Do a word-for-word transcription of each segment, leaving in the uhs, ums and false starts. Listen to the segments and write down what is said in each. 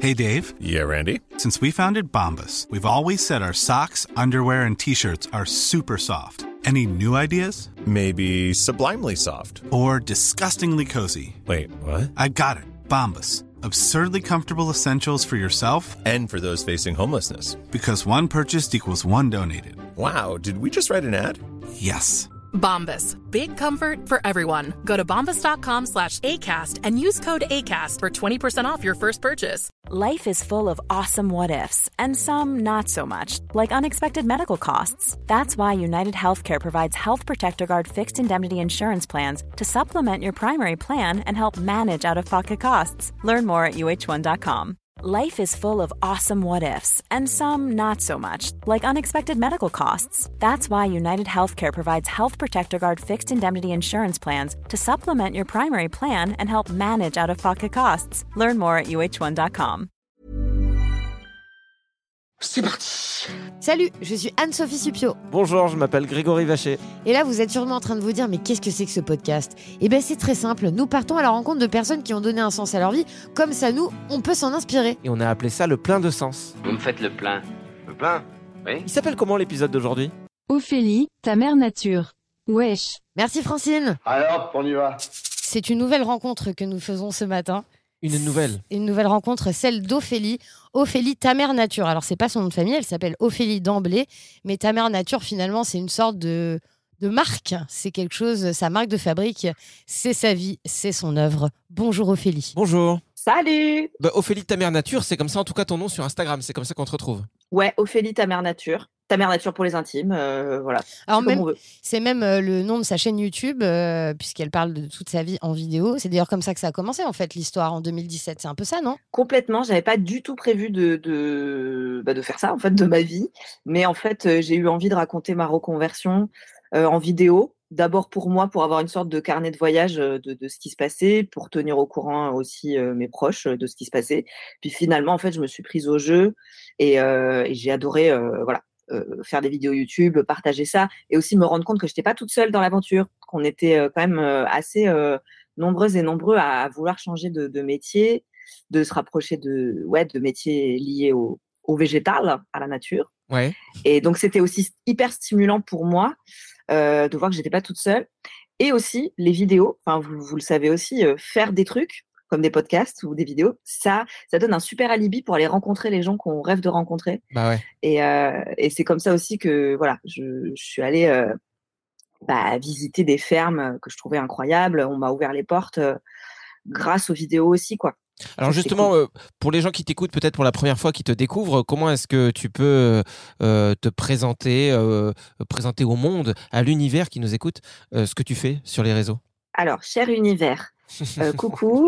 Hey, Dave. Yeah, Randy? Since we founded Bombas, we've always said our socks, underwear, and T-shirts are super soft. Any new ideas? Maybe sublimely soft. Or disgustingly cozy. Wait, what? I got it. Bombas. Absurdly comfortable essentials for yourself and for those facing homelessness. Because one purchased equals one donated. Wow, did we just write an ad? Yes. Bombas. Big comfort for everyone. Go to bombas.com slash ACAST and use code ACAST for twenty percent off your first purchase. Life is full of awesome what-ifs and some not so much, like unexpected medical costs. That's why United Healthcare provides Health Protector Guard fixed indemnity insurance plans to supplement your primary plan and help manage out-of-pocket costs. Learn more at U H one dot com. Life is full of awesome what-ifs and some not so much, like unexpected medical costs. That's why United Healthcare provides Health Protector Guard fixed indemnity insurance plans to supplement your primary plan and help manage out-of-pocket costs. Learn more at U H one dot com. C'est parti. Salut, je suis Anne-Sophie Supio. Bonjour, je m'appelle Grégory Vacher. Et là, vous êtes sûrement en train de vous dire, mais qu'est-ce que c'est que ce podcast ? Eh bien, c'est très simple. Nous partons à la rencontre de personnes qui ont donné un sens à leur vie. Comme ça, nous, on peut s'en inspirer. Et on a appelé ça le plein de sens. Vous me faites le plein. Le plein ? Oui. Il s'appelle comment l'épisode d'aujourd'hui ? Ophélie, ta mère nature. Wesh. Merci Francine. Alors, on y va. C'est une nouvelle rencontre que nous faisons ce matin. Une nouvelle. Une nouvelle rencontre, celle d'Ophélie. Ophélie, ta mère nature. Alors, c'est pas son nom de famille, elle s'appelle Ophélie d'emblée. Mais ta mère nature, finalement, c'est une sorte de, de marque. C'est quelque chose, sa marque de fabrique. C'est sa vie, c'est son œuvre. Bonjour Ophélie. Bonjour. Salut. Bah, Ophélie, ta mère nature, c'est comme ça en tout cas ton nom sur Instagram. C'est comme ça qu'on te retrouve. Ouais, Ophélie, ta mère nature. Ta mère nature pour les intimes, euh, voilà. Alors c'est, même, comme on veut. c'est même euh, le nom de sa chaîne YouTube, euh, puisqu'elle parle de toute sa vie en vidéo. C'est d'ailleurs comme ça que ça a commencé, en fait, l'histoire en deux mille dix-sept. C'est un peu ça, non ? Complètement. J'avais pas du tout prévu de, de, bah, de faire ça, en fait, de ma vie. Mais en fait, euh, j'ai eu envie de raconter ma reconversion euh, en vidéo. D'abord pour moi, pour avoir une sorte de carnet de voyage de, de ce qui se passait, pour tenir au courant aussi euh, mes proches de ce qui se passait. Puis finalement, en fait, je me suis prise au jeu et, euh, et j'ai adoré, euh, voilà. Euh, faire des vidéos YouTube, partager ça et aussi me rendre compte que je n'étais pas toute seule dans l'aventure, qu'on était euh, quand même euh, assez euh, nombreuses et nombreux à, à vouloir changer de, de métier, de se rapprocher de, ouais, de métiers liés au, au végétal, à la nature. Ouais. Et donc, c'était aussi hyper stimulant pour moi euh, de voir que je n'étais pas toute seule. Et aussi, les vidéos, enfin, vous, vous le savez aussi, euh, faire des trucs comme des podcasts ou des vidéos, ça, ça donne un super alibi pour aller rencontrer les gens qu'on rêve de rencontrer. Bah ouais. Et, euh, et c'est comme ça aussi que voilà, je, je suis allée euh, bah, visiter des fermes que je trouvais incroyables. On m'a ouvert les portes euh, grâce aux vidéos aussi, quoi. Alors ça, justement, cool. euh, pour les gens qui t'écoutent peut-être pour la première fois, qui te découvrent, comment est-ce que tu peux euh, te présenter, euh, présenter au monde, à l'univers qui nous écoute, euh, ce que tu fais sur les réseaux ? Alors, cher univers, euh, coucou.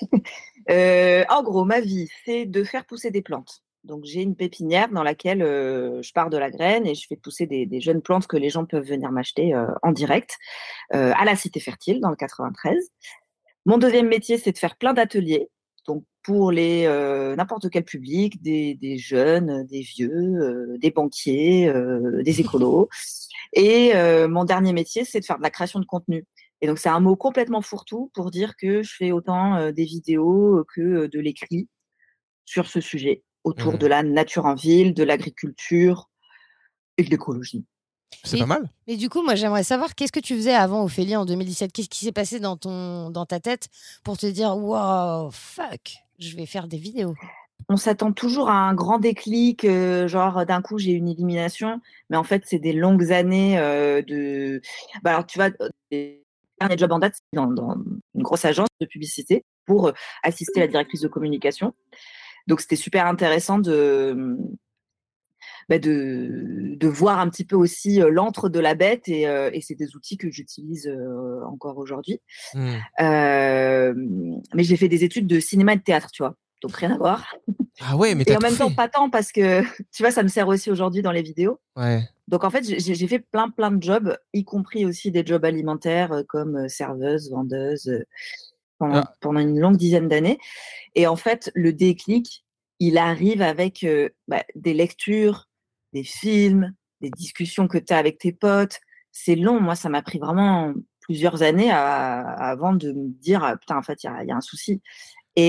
euh, en gros, ma vie, c'est de faire pousser des plantes. Donc, j'ai une pépinière dans laquelle euh, je pars de la graine et je fais pousser des, des jeunes plantes que les gens peuvent venir m'acheter euh, en direct euh, à la Cité Fertile, dans le quatre-vingt-treize. Mon deuxième métier, c'est de faire plein d'ateliers. Donc, pour les euh, n'importe quel public, des, des jeunes, des vieux, euh, des banquiers, euh, des écolos. Et euh, mon dernier métier, c'est de faire de la création de contenu. Et donc, c'est un mot complètement fourre-tout pour dire que je fais autant euh, des vidéos que euh, de l'écrit sur ce sujet, autour mmh. de la nature en ville, de l'agriculture et de l'écologie. C'est et, pas mal. Mais du coup, moi, j'aimerais savoir, qu'est-ce que tu faisais avant, Ophélie, en deux mille dix-sept ? Qu'est-ce qui s'est passé dans, ton, dans ta tête pour te dire « Wow, fuck, je vais faire des vidéos ». On s'attend toujours à un grand déclic, euh, genre d'un coup j'ai une illumination, mais en fait c'est des longues années euh, de... Bah, alors tu vois, les derniers jobs en date, c'est dans, dans une grosse agence de publicité pour euh, assister la directrice de communication. Donc c'était super intéressant de... Bah de, de voir un petit peu aussi euh, l'antre de la bête et, euh, et c'est des outils que j'utilise euh, encore aujourd'hui. Mmh. Euh, mais j'ai fait des études de cinéma et de théâtre, tu vois, donc rien à voir. Ah ouais, mais t'as et en même fait. temps pas tant parce que tu vois, ça me sert aussi aujourd'hui dans les vidéos. Ouais. Donc en fait, j'ai, j'ai fait plein plein de jobs, y compris aussi des jobs alimentaires euh, comme serveuse, vendeuse euh, pendant, ah. pendant une longue dizaine d'années. Et en fait, le déclic, il arrive avec euh, bah, des lectures, des films, des discussions que tu as avec tes potes. C'est long. Moi, ça m'a pris vraiment plusieurs années à, à, avant de me dire, putain, en fait, il y, y a un souci. Et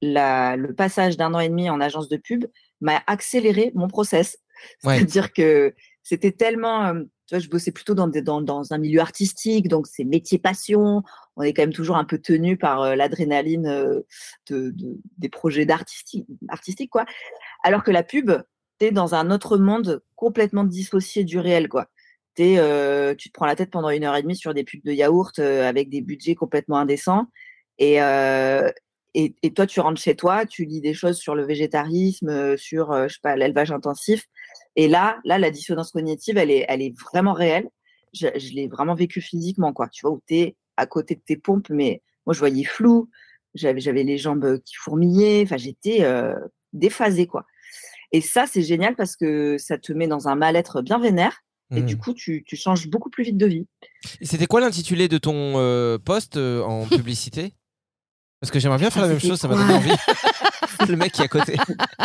la, le passage d'un an et demi en agence de pub m'a accéléré mon process. Ouais. C'est-à-dire que c'était tellement, euh, tu vois, je bossais plutôt dans, des, dans, dans un milieu artistique, donc c'est métier passion. On est quand même toujours un peu tenu par euh, l'adrénaline euh, de, de, des projets d'artistique, artistique, quoi. Alors que la pub, t'es dans un autre monde complètement dissocié du réel, quoi. T'es, euh, tu te prends la tête pendant une heure et demie sur des pubs de yaourt euh, avec des budgets complètement indécents. Et, euh, et, et toi, tu rentres chez toi, tu lis des choses sur le végétarisme, euh, sur, euh, je sais pas, l'élevage intensif. Et là, là, la dissonance cognitive, elle est, elle est vraiment réelle. Je, je l'ai vraiment vécu physiquement, quoi. Tu vois, où t'es à côté de tes pompes, mais moi, je voyais flou. J'avais, j'avais les jambes qui fourmillaient. Enfin, j'étais euh, déphasée, quoi. Et ça, c'est génial parce que ça te met dans un mal-être bien vénère. Et Mmh. du coup, tu, tu changes beaucoup plus vite de vie. Et c'était quoi l'intitulé de ton euh, poste euh, en publicité? Parce que j'aimerais bien faire Ah, la même c'était chose, ça m'a quoi donné envie. Le mec qui est à côté.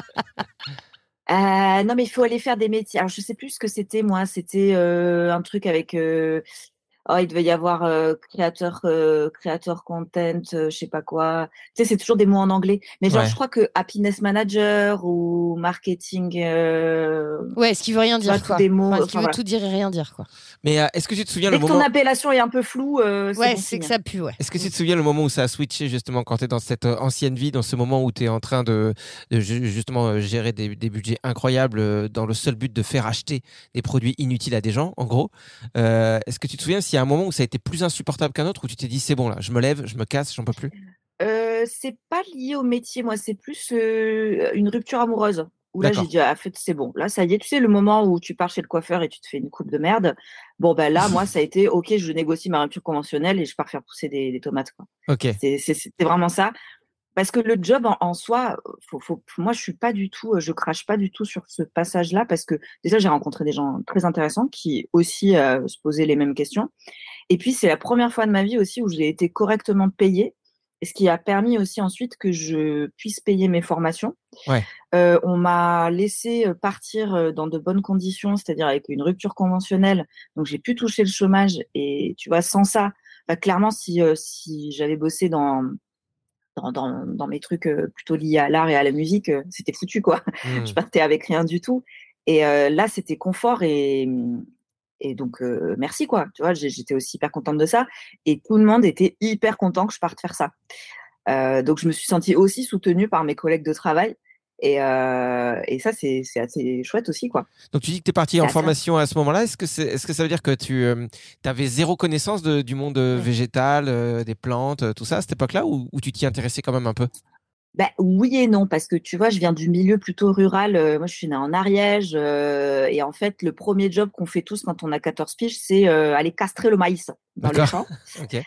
Euh, non, mais il faut aller faire des métiers. Alors, je sais plus ce que c'était, moi. C'était euh, un truc avec. Euh... Oh, il devait y avoir euh, créateur, euh, créateur content, euh, je sais pas quoi. Tu sais, c'est toujours des mots en anglais. Mais genre, Ouais. je crois que happiness manager ou marketing. Euh... Ouais, ce qui veut rien tu vois, dire, tous quoi. des mots. Enfin, ce Enfin, qui veut voilà. tout dire et rien dire, quoi. Mais euh, est-ce que tu te souviens Dès le que ton moment appellation est un peu floue, euh, c'est Ouais, bon c'est signe. que ça pue, ouais. Est-ce que tu te souviens le moment où ça a switché justement quand tu es dans cette euh, ancienne vie, dans ce moment où tu es en train de, de ju- justement euh, gérer des, des budgets incroyables euh, dans le seul but de faire acheter des produits inutiles à des gens, en gros. Euh, est-ce que tu te souviens s'il y a un moment où ça a été plus insupportable qu'un autre, où tu t'es dit c'est bon là, je me lève, je me casse, j'en peux plus? Euh, c'est pas lié au métier, moi, c'est plus euh, une rupture amoureuse. Où là, j'ai D'accord. dit, ah, en fait, c'est bon. Là, ça y est, tu sais, le moment où tu pars chez le coiffeur et tu te fais une coupe de merde. Bon, ben là, moi, ça a été, OK, je négocie ma rupture conventionnelle et je pars faire pousser des, des tomates, quoi. Ok. C'est, c'est, c'était vraiment ça. Parce que le job en, en soi, faut, faut, moi, je suis pas du tout, je crache pas du tout sur ce passage-là parce que déjà, j'ai rencontré des gens très intéressants qui aussi euh, se posaient les mêmes questions. Et puis, c'est la première fois de ma vie aussi où j'ai été correctement payée. Et ce qui a permis aussi ensuite que je puisse payer mes formations. Ouais. Euh, on m'a laissé partir dans de bonnes conditions, c'est-à-dire avec une rupture conventionnelle. Donc, j'ai pu toucher le chômage. Et tu vois, sans ça, bah, clairement, si, euh, si j'avais bossé dans, dans, dans, dans mes trucs euh, plutôt liés à l'art et à la musique, euh, c'était foutu, quoi. Mmh. Je partais avec rien du tout. Et euh, là, c'était confort et, et donc, euh, merci, quoi. Tu vois, j'étais aussi hyper contente de ça. Et tout le monde était hyper content que je parte faire ça. Euh, donc, je me suis sentie aussi soutenue par mes collègues de travail. Et, euh, et ça, c'est, c'est assez chouette aussi, quoi. Donc tu dis que tu es parti C'est en assez- formation à ce moment-là. Est-ce que, c'est, est-ce que ça veut dire que tu avais zéro connaissance de- du monde euh, Ouais. végétal, euh, des plantes, euh, tout ça à cette époque-là, ou, ou tu t'y intéressais quand même un peu? Ben, oui et non, parce que tu vois, je viens du milieu plutôt rural. Euh, moi, je suis née en Ariège. euh, et en fait, le premier job qu'on fait tous quand on a quatorze piges, c'est euh, aller castrer le maïs dans les D'accord. champs. Ok.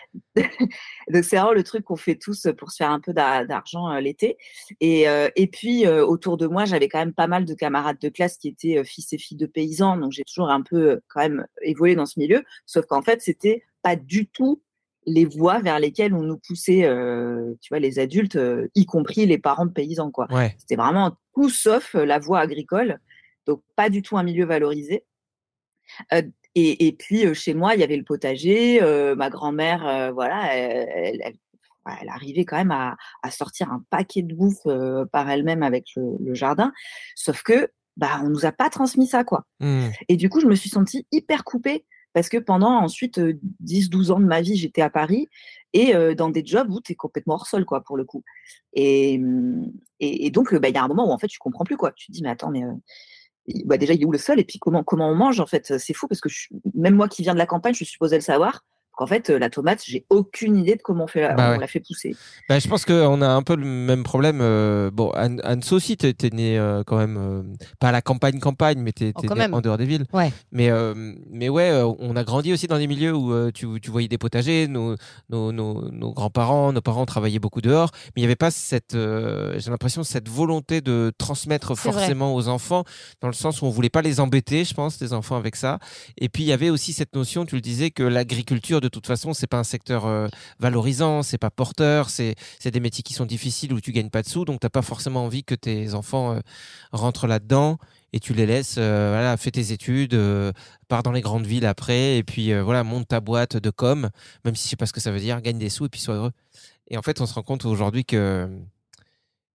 Donc, c'est vraiment le truc qu'on fait tous pour se faire un peu d'a- d'argent euh, l'été. Et, euh, et puis, euh, autour de moi, j'avais quand même pas mal de camarades de classe qui étaient euh, fils et filles de paysans. Donc, j'ai toujours un peu euh, quand même évolué dans ce milieu. Sauf qu'en fait, c'était pas du tout les voies vers lesquelles on nous poussait, euh, tu vois, les adultes, euh, y compris les parents de paysans, quoi. Ouais. C'était vraiment tout sauf euh, la voie agricole. Donc, pas du tout un milieu valorisé. Euh, et, et puis, euh, chez moi, il y avait le potager. Euh, ma grand-mère, euh, voilà, elle, elle, elle, elle arrivait quand même à, à sortir un paquet de bouffe euh, par elle-même avec le, le jardin. Sauf que, bah, on nous a pas transmis ça, quoi. Mmh. Et du coup, je me suis sentie hyper coupée parce que pendant ensuite euh, dix douze ans de ma vie, j'étais à Paris et euh, dans des jobs où tu es complètement hors sol, quoi, pour le coup. Et, et, et donc, il bah, y a un moment où en fait, tu comprends plus, quoi. Tu te dis, mais attends, mais. Euh, bah déjà, il est où le sol? Et puis, comment, comment on mange, en fait? C'est fou parce que je, même moi qui viens de la campagne, je suis supposée le savoir. En fait, la tomate, j'ai aucune idée de comment on, fait la, Bah on ouais. la fait pousser. Bah, je pense qu'on a un peu le même problème. Euh, bon, Anne, Anne-So aussi, t'es, t'es née euh, quand même, euh, pas à la campagne, campagne, mais t'es, Oh, t'es quand née même. en dehors des villes. Ouais. Mais, euh, mais ouais, euh, on a grandi aussi dans des milieux où euh, tu, tu voyais des potagers, nos, nos, nos, nos grands-parents, nos parents travaillaient beaucoup dehors, mais il n'y avait pas cette, euh, j'ai l'impression, cette volonté de transmettre C'est forcément aux enfants, dans le sens où on voulait pas les embêter, je pense, les enfants avec ça. Et puis, il y avait aussi cette notion, tu le disais, que l'agriculture, de toute façon, c'est pas un secteur euh, valorisant, c'est pas porteur, c'est, c'est des métiers qui sont difficiles où tu gagnes pas de sous, donc t'as pas forcément envie que tes enfants euh, rentrent là-dedans et tu les laisses, euh, voilà, fais tes études, euh, pars dans les grandes villes après et puis euh, voilà, monte ta boîte de com, même si je sais pas ce que ça veut dire, gagne des sous et puis sois heureux. Et en fait, on se rend compte aujourd'hui que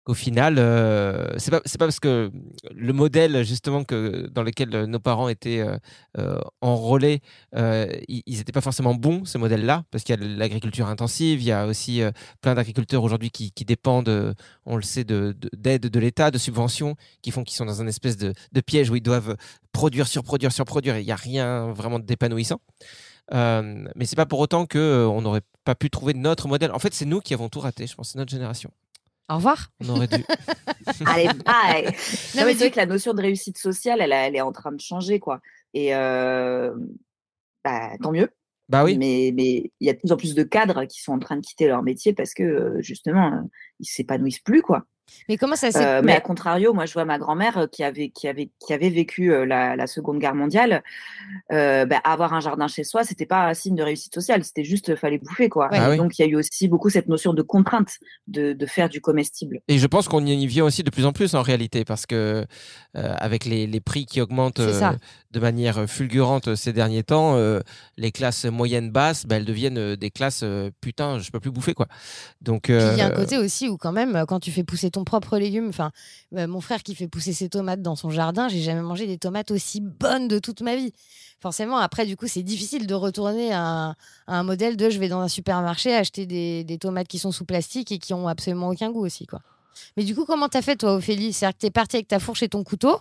qu'au final, euh, c'est pas, c'est pas parce que le modèle justement que, dans lequel nos parents étaient euh, euh, enrôlés, euh, ils n'étaient pas forcément bons, ce modèle-là, parce qu'il y a l'agriculture intensive, il y a aussi euh, plein d'agriculteurs aujourd'hui qui, qui dépendent, euh, on le sait, de, de, d'aide de l'État, de subventions, qui font qu'ils sont dans un espèce de, de piège où ils doivent produire, surproduire, surproduire, et il n'y a rien vraiment d'épanouissant. Euh, mais c'est pas pour autant qu'on euh, n'aurait pas pu trouver notre modèle. En fait, c'est nous qui avons tout raté, je pense, c'est notre génération. Au revoir. On aurait dû. Allez, bye. Non, Non, mais mais du- c'est vrai que la notion de réussite sociale, elle, elle est en train de changer, quoi. Et euh, bah, tant mieux. Bah oui. Mais mais il y a de plus en plus de cadres qui sont en train de quitter leur métier parce que euh, justement, euh, ils s'épanouissent plus, quoi. Mais comment ça s'est... Euh, mais mais- à contrario, moi, je vois ma grand-mère euh, qui avait, qui avait, qui avait vécu euh, la, la Seconde Guerre mondiale. Euh, bah, avoir un jardin chez soi, c'était pas un signe de réussite sociale. C'était juste, euh, fallait bouffer, quoi. Ouais. Ah Et oui. donc, il y a eu aussi beaucoup cette notion de contrainte, de, de faire du comestible. Et je pense qu'on y vient aussi de plus en plus en réalité, parce que euh, avec les, les prix qui augmentent C'est ça. euh, de manière fulgurante ces derniers temps, euh, les classes moyennes basses, bah, elles deviennent euh, des classes euh, putain, je peux plus bouffer, quoi. Donc Puis il y a un euh, côté aussi où quand même, euh, quand tu fais pousser ton propre légume, enfin, euh, mon frère qui fait pousser ses tomates dans son jardin, j'ai jamais mangé des tomates aussi bonnes de toute ma vie. Forcément, après, du coup, c'est difficile de retourner à un, à un modèle de je vais dans un supermarché acheter des, des tomates qui sont sous plastique et qui ont absolument aucun goût aussi, quoi. Mais du coup, comment t'as fait, toi, Ophélie? C'est-à-dire que t'es partie avec ta fourche et ton couteau,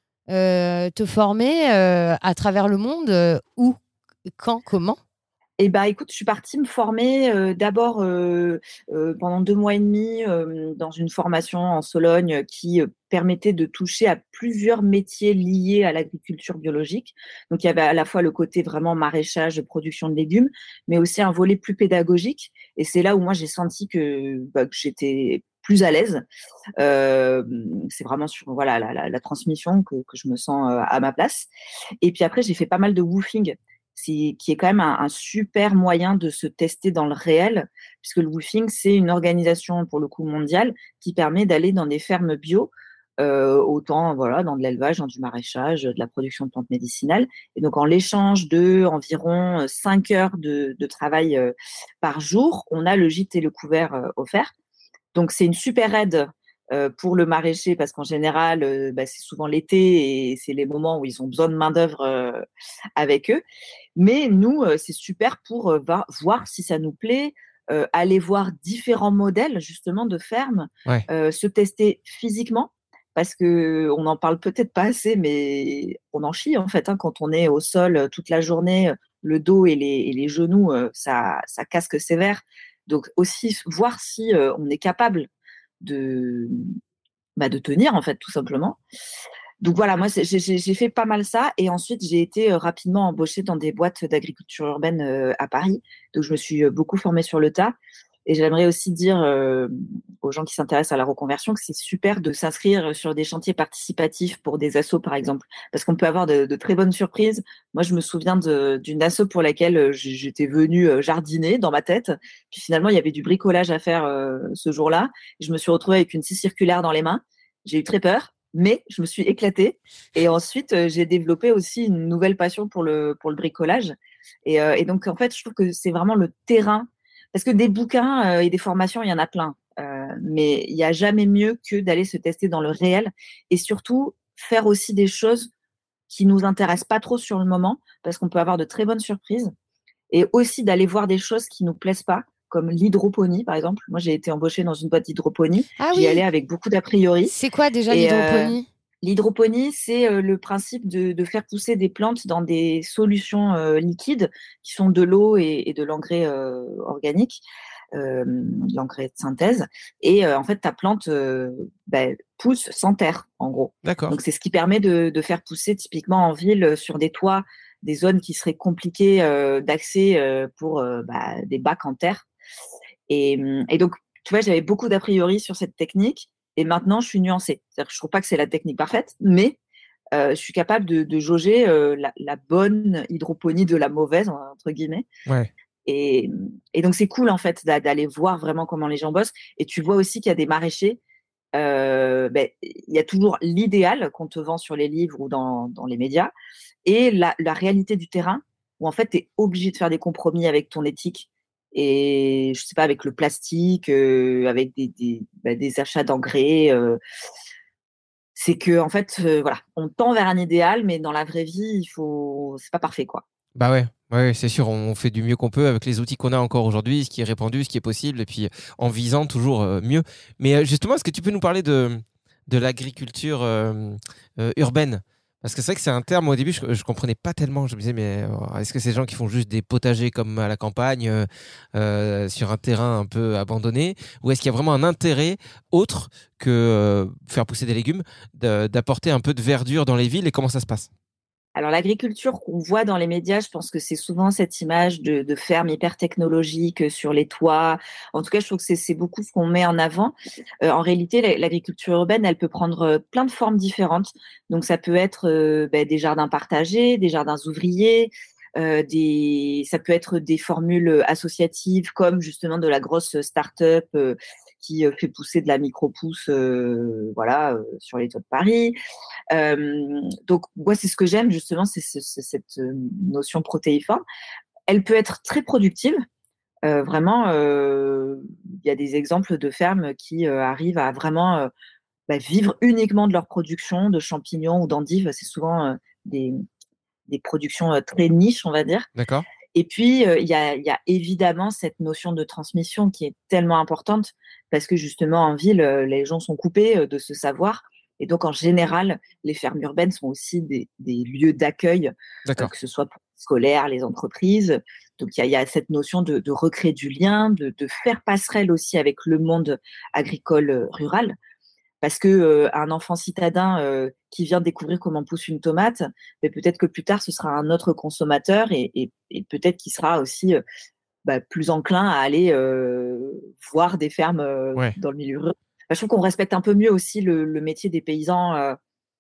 euh, te former euh, à travers le monde, euh, où, quand, comment? Eh ben, écoute, je suis partie me former euh, d'abord euh, euh, pendant deux mois et demi euh, dans une formation en Sologne qui euh, permettait de toucher à plusieurs métiers liés à l'agriculture biologique. Donc, il y avait à la fois le côté vraiment maraîchage, production de légumes, mais aussi un volet plus pédagogique. Et c'est là où moi, j'ai senti que, bah, que j'étais plus à l'aise. Euh, c'est vraiment sur voilà, la, la, la transmission que, que je me sens euh, à ma place. Et puis après, j'ai fait pas mal de woofing. C'est, qui est quand même un, un super moyen de se tester dans le réel, puisque le woofing, c'est une organisation, pour le coup, mondiale, qui permet d'aller dans des fermes bio, euh, autant voilà, dans de l'élevage, dans du maraîchage, de la production de plantes médicinales. Et donc, en l'échange de environ cinq heures de, de travail euh, par jour, on a le gîte et le couvert euh, offerts. Donc, c'est une super aide euh, pour le maraîcher, parce qu'en général, euh, bah, c'est souvent l'été et c'est les moments où ils ont besoin de main-d'œuvre euh, avec eux. Mais nous, euh, c'est super pour euh, va, voir si ça nous plaît, euh, aller voir différents modèles justement de fermes, Ouais. euh, se tester physiquement, parce que on n'en parle peut-être pas assez, mais on en chie en fait hein, quand on est au sol euh, toute la journée, euh, le dos et les, et les genoux, euh, ça, ça casque sévère. Donc aussi voir si euh, on est capable de, bah, de tenir en fait tout simplement. Donc voilà, moi j'ai, j'ai, j'ai fait pas mal ça et ensuite j'ai été euh, rapidement embauchée dans des boîtes d'agriculture urbaine euh, à Paris. Donc je me suis euh, beaucoup formée sur le tas et j'aimerais aussi dire euh, aux gens qui s'intéressent à la reconversion que c'est super de s'inscrire sur des chantiers participatifs pour des assos par exemple, parce qu'on peut avoir de, de très bonnes surprises. Moi je me souviens de, d'une asso pour laquelle euh, j'étais venue euh, jardiner dans ma tête, puis finalement il y avait du bricolage à faire euh, ce jour-là. Je me suis retrouvée avec une scie circulaire dans les mains. J'ai eu très peur, mais je me suis éclatée. Et ensuite, euh, j'ai développé aussi une nouvelle passion pour le, pour le bricolage. Et, euh, et donc, en fait, je trouve que c'est vraiment le terrain. Parce que des bouquins euh, et des formations, il y en a plein. Euh, mais il n'y a jamais mieux que d'aller se tester dans le réel. Et surtout, faire aussi des choses qui nous intéressent pas trop sur le moment, parce qu'on peut avoir de très bonnes surprises. Et aussi d'aller voir des choses qui nous plaisent pas, comme l'hydroponie, par exemple. Moi, j'ai été embauchée dans une boîte d'hydroponie. Ah J'y oui. allais avec beaucoup d'a priori. C'est quoi déjà Et, euh, l'hydroponie? L'hydroponie, c'est euh, le principe de, de faire pousser des plantes dans des solutions euh, liquides, qui sont de l'eau et, et de l'engrais euh, organique, euh, de l'engrais de synthèse. Et euh, en fait, ta plante euh, bah, pousse sans terre, en gros. D'accord. Donc, c'est ce qui permet de, de faire pousser typiquement en ville, sur des toits, des zones qui seraient compliquées euh, d'accès euh, pour euh, bah, des bacs en terre. Et, et donc, tu vois, j'avais beaucoup d'a priori sur cette technique. Et maintenant, je suis nuancée. C'est-à-dire que je trouve pas que c'est la technique parfaite, mais euh, je suis capable de, de jauger euh, la, la bonne hydroponie de la mauvaise, entre guillemets. Ouais. Et, et donc, c'est cool, en fait, d'a- d'aller voir vraiment comment les gens bossent. Et tu vois aussi qu'il y a des maraîchers. Euh, ben, il y a toujours l'idéal qu'on te vend sur les livres ou dans, dans les médias et la, la réalité du terrain où, en fait, tu es obligé de faire des compromis avec ton éthique Et je sais pas, avec le plastique, euh, avec des, des, bah, des achats d'engrais, euh, c'est que en fait, euh, voilà, on tend vers un idéal, mais dans la vraie vie, il faut, c'est pas parfait, quoi. Bah ouais, ouais, c'est sûr, on fait du mieux qu'on peut avec les outils qu'on a encore aujourd'hui, ce qui est répandu, ce qui est possible, et puis en visant toujours euh, mieux. Mais euh, justement, est-ce que tu peux nous parler de, de l'agriculture euh, euh, urbaine? Parce que c'est vrai que c'est un terme, au début, je ne comprenais pas tellement. Je me disais, mais euh, est-ce que c'est des gens qui font juste des potagers comme à la campagne, euh, euh, sur un terrain un peu abandonné? Ou est-ce qu'il y a vraiment un intérêt autre que euh, faire pousser des légumes, de- d'apporter un peu de verdure dans les villes, et comment ça se passe? Alors, l'agriculture qu'on voit dans les médias, je pense que c'est souvent cette image de, de fermes hyper technologiques sur les toits. En tout cas, je trouve que c'est, c'est beaucoup ce qu'on met en avant. Euh, en réalité, la- l'agriculture urbaine, elle peut prendre euh, plein de formes différentes. Donc, ça peut être euh, ben, des jardins partagés, des jardins ouvriers, euh, des, ça peut être des formules associatives comme justement de la grosse start-up euh, qui euh, fait pousser de la micro-pousse euh, voilà, euh, sur les toits de Paris. Euh, donc, moi, c'est ce que j'aime, justement, c'est ce- ce- cette euh, notion protéiforme. Elle peut être très productive. Euh, vraiment, euh, il y a des exemples de fermes qui euh, arrivent à vraiment euh, bah, vivre uniquement de leur production de champignons ou d'endives. C'est souvent euh, des, des productions euh, très niches, on va dire. D'accord? Et puis, euh, il y a, il y a évidemment cette notion de transmission qui est tellement importante parce que justement, en ville, euh, les gens sont coupés euh, de ce savoir. Et donc, en général, les fermes urbaines sont aussi des, des lieux d'accueil, euh, D'accord. que ce soit pour les scolaires, les entreprises. Donc, il y a, il y a cette notion de, de recréer du lien, de, de faire passerelle aussi avec le monde agricole euh, rural. Parce que euh, un enfant citadin euh, qui vient découvrir comment pousse une tomate, mais peut-être que plus tard ce sera un autre consommateur et, et, et peut-être qu'il sera aussi euh, bah, plus enclin à aller euh, voir des fermes euh, Ouais. dans le milieu rural. Bah, je trouve qu'on respecte un peu mieux aussi le, le métier des paysans. Euh,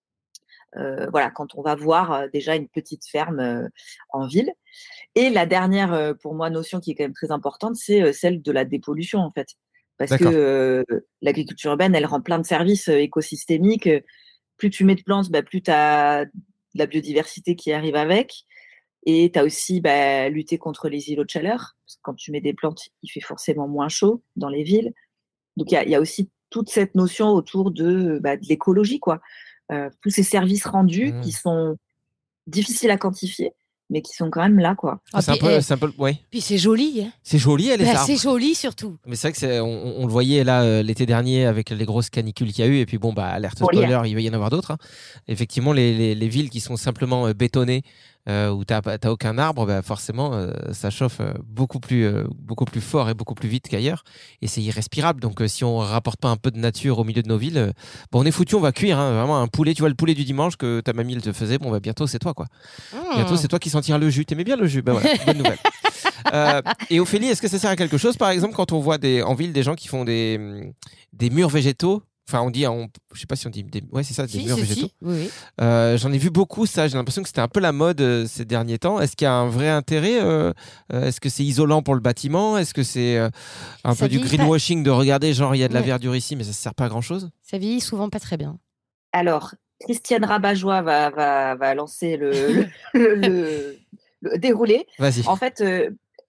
euh, voilà, quand on va voir euh, déjà une petite ferme euh, en ville. Et la dernière, euh, pour moi, notion qui est quand même très importante, c'est euh, celle de la dépollution, en fait. Parce que D'accord. euh, l'agriculture urbaine, elle rend plein de services euh, écosystémiques. Plus tu mets de plantes, bah, plus tu as de la biodiversité qui arrive avec. Et tu as aussi bah, lutter contre les îlots de chaleur. Parce que quand tu mets des plantes, il fait forcément moins chaud dans les villes. Donc il y a, y a aussi toute cette notion autour de, bah, de l'écologie, quoi. Euh, tous ces services rendus qui Mmh. sont difficiles à quantifier, mais qui sont quand même là, quoi. Ah, C'est un puis, peu, eh, c'est un peu, ouais. puis c'est joli. Hein. C'est joli, elle, les Bah, arbres. c'est joli surtout. Mais c'est vrai que c'est, on, on le voyait là euh, l'été dernier avec les grosses canicules qu'il y a eu, et puis bon, bah, alerte Pour lire. spoiler, il va y en avoir d'autres, hein. Effectivement, les, les, les villes qui sont simplement euh, bétonnées, euh, où t'as t'as aucun arbre, bah, forcément, euh, ça chauffe euh, beaucoup plus, euh, beaucoup plus fort et beaucoup plus vite qu'ailleurs, et c'est irrespirable. Donc, euh, si on rapporte pas un peu de nature au milieu de nos villes, euh, bon, on est foutu, on va cuire, hein, vraiment un poulet. Tu vois le poulet du dimanche que ta mamie elle te faisait, bon, bah, bientôt c'est toi, quoi. Bientôt Mmh. c'est toi qui sentiras le jus. T'aimais bien le jus, bah voilà, bonne nouvelle. Euh, et Ophélie, est-ce que ça sert à quelque chose, par exemple, quand on voit des, en ville des gens qui font des, hum, des murs végétaux? Enfin, on dit, on, je sais pas si on dit, des, ouais, c'est ça, des Si, murs si, végétaux. si. Oui, oui. Euh, j'en ai vu beaucoup, ça. J'ai l'impression que c'était un peu la mode euh, ces derniers temps. Est-ce qu'il y a un vrai intérêt euh, euh, Est-ce que c'est isolant pour le bâtiment? Est-ce que c'est euh, un Ça peu du vieillit pas- greenwashing de regarder, genre, il y a de la Ouais. verdure ici, mais ça sert pas à grand-chose? Ça vieillit souvent pas très bien. Alors, Christiane Rabat-Joie va, va, va lancer le, le, le, le- le déroulé. Vas-y. En fait, euh,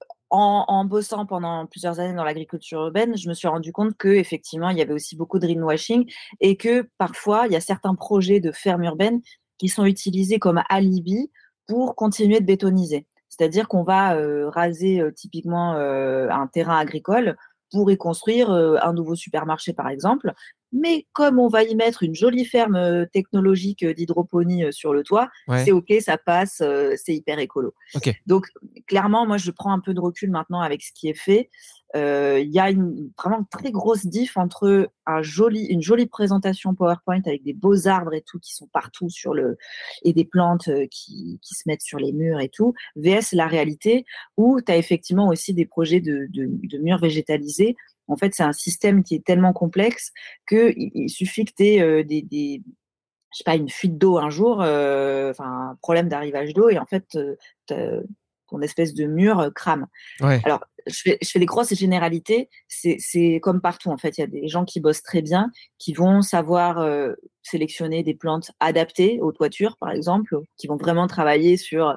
en, en bossant pendant plusieurs années dans l'agriculture urbaine, je me suis rendu compte que effectivement, il y avait aussi beaucoup de greenwashing et que parfois, il y a certains projets de fermes urbaines qui sont utilisés comme alibi pour continuer de bétoniser. C'est-à-dire qu'on va euh, raser euh, typiquement euh, un terrain agricole pour y construire euh, un nouveau supermarché, par exemple. Mais comme on va y mettre une jolie ferme euh, technologique euh, d'hydroponie euh, sur le toit, Ouais. c'est OK, ça passe, euh, c'est hyper écolo. Ok. Donc, clairement, moi, je prends un peu de recul maintenant avec ce qui est fait. Euh, Il y a une, vraiment une très grosse diff entre un joli, une jolie présentation PowerPoint avec des beaux arbres et tout qui sont partout sur le, et des plantes euh, qui, qui se mettent sur les murs et tout, vs la réalité où tu as effectivement aussi des projets de, de, de murs végétalisés. En fait, c'est un système qui est tellement complexe qu'il il suffit que tu aies euh, des, des je sais pas, une fuite d'eau un jour, euh, enfin un problème d'arrivage d'eau, et en fait, euh, t'as- ton espèce de mur euh, crame. Ouais. Alors, je fais, je fais des grosses généralités, c'est, c'est comme partout, en fait. Il y a des gens qui bossent très bien, qui vont savoir euh, sélectionner des plantes adaptées aux toitures, par exemple, qui vont vraiment travailler sur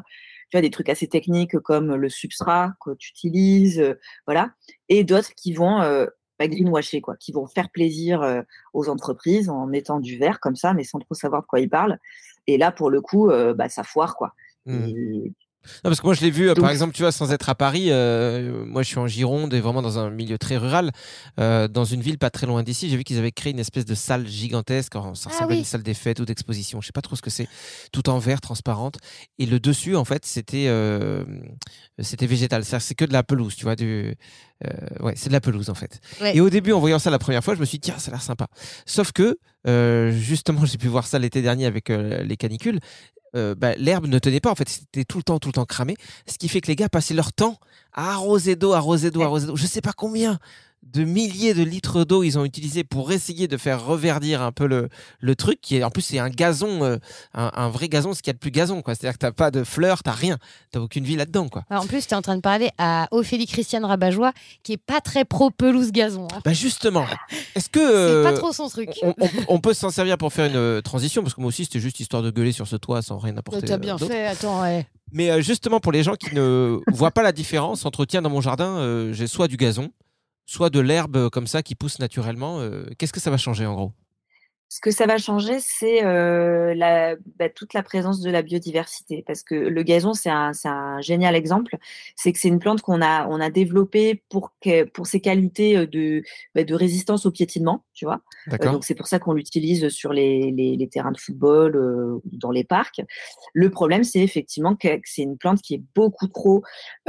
tu vois, des trucs assez techniques comme le substrat que tu utilises, euh, voilà, et d'autres qui vont euh, bah, greenwasher, quoi, qui vont faire plaisir euh, aux entreprises en mettant du vert comme ça, mais sans trop savoir de quoi ils parlent. Et là, pour le coup, euh, bah, ça foire, quoi. Mmh. Et... Non, parce que moi, je l'ai vu, euh, Donc, par exemple, tu vois, sans être à Paris, euh, moi, je suis en Gironde et vraiment dans un milieu très rural, euh, dans une ville pas très loin d'ici. J'ai vu qu'ils avaient créé une espèce de salle gigantesque. Alors, ça ressemble Ah à oui. une salle des fêtes ou d'exposition. Je sais pas trop ce que c'est. Tout en verre, transparente. Et le dessus, en fait, c'était, euh, c'était végétal. C'est-à-dire, c'est que de la pelouse, tu vois. Du, euh, ouais, c'est de la pelouse, en fait. Ouais. Et au début, en voyant ça la première fois, je me suis dit, tiens, ça a l'air sympa. Sauf que, euh, justement, j'ai pu voir ça l'été dernier avec euh, les canicules. Euh, bah, l'herbe ne tenait pas, en fait, c'était tout le temps, tout le temps cramé, ce qui fait que les gars passaient leur temps à arroser d'eau, arroser d'eau, arroser d'eau. Je sais pas combien de milliers de litres d'eau ils ont utilisé pour essayer de faire reverdir un peu le, le truc, qui est, en plus, c'est un gazon, euh, un, un vrai gazon, ce qu'il y a de plus gazon, quoi. C'est-à-dire que t'as pas de fleurs, t'as rien, t'as aucune vie là-dedans, quoi. Alors, en plus, tu es en train de parler à Ophélie Christiane Rabajois, qui est pas très pro pelouse gazon. Hein. Bah justement, est-ce que euh, c'est pas trop son truc. on, on, on peut s'en servir pour faire une euh, transition, parce que moi aussi c'était juste histoire de gueuler sur ce toit sans rien apporter. T'as bien euh, d'autre. fait, attends, ouais. Mais euh, justement pour les gens qui ne voient pas la différence entre tiens dans mon jardin euh, j'ai soit du gazon, soit de l'herbe comme ça qui pousse naturellement, euh, qu'est-ce que ça va changer en gros? Ce que ça va changer, c'est euh, la, bah, toute la présence de la biodiversité. Parce que le gazon, c'est un, c'est un génial exemple. C'est que c'est une plante qu'on a, on a développée pour, que, pour ses qualités de, bah, de résistance au piétinement, tu vois. Euh, donc, c'est pour ça qu'on l'utilise sur les, les, les terrains de football, euh, dans les parcs. Le problème, c'est effectivement que c'est une plante qui est beaucoup trop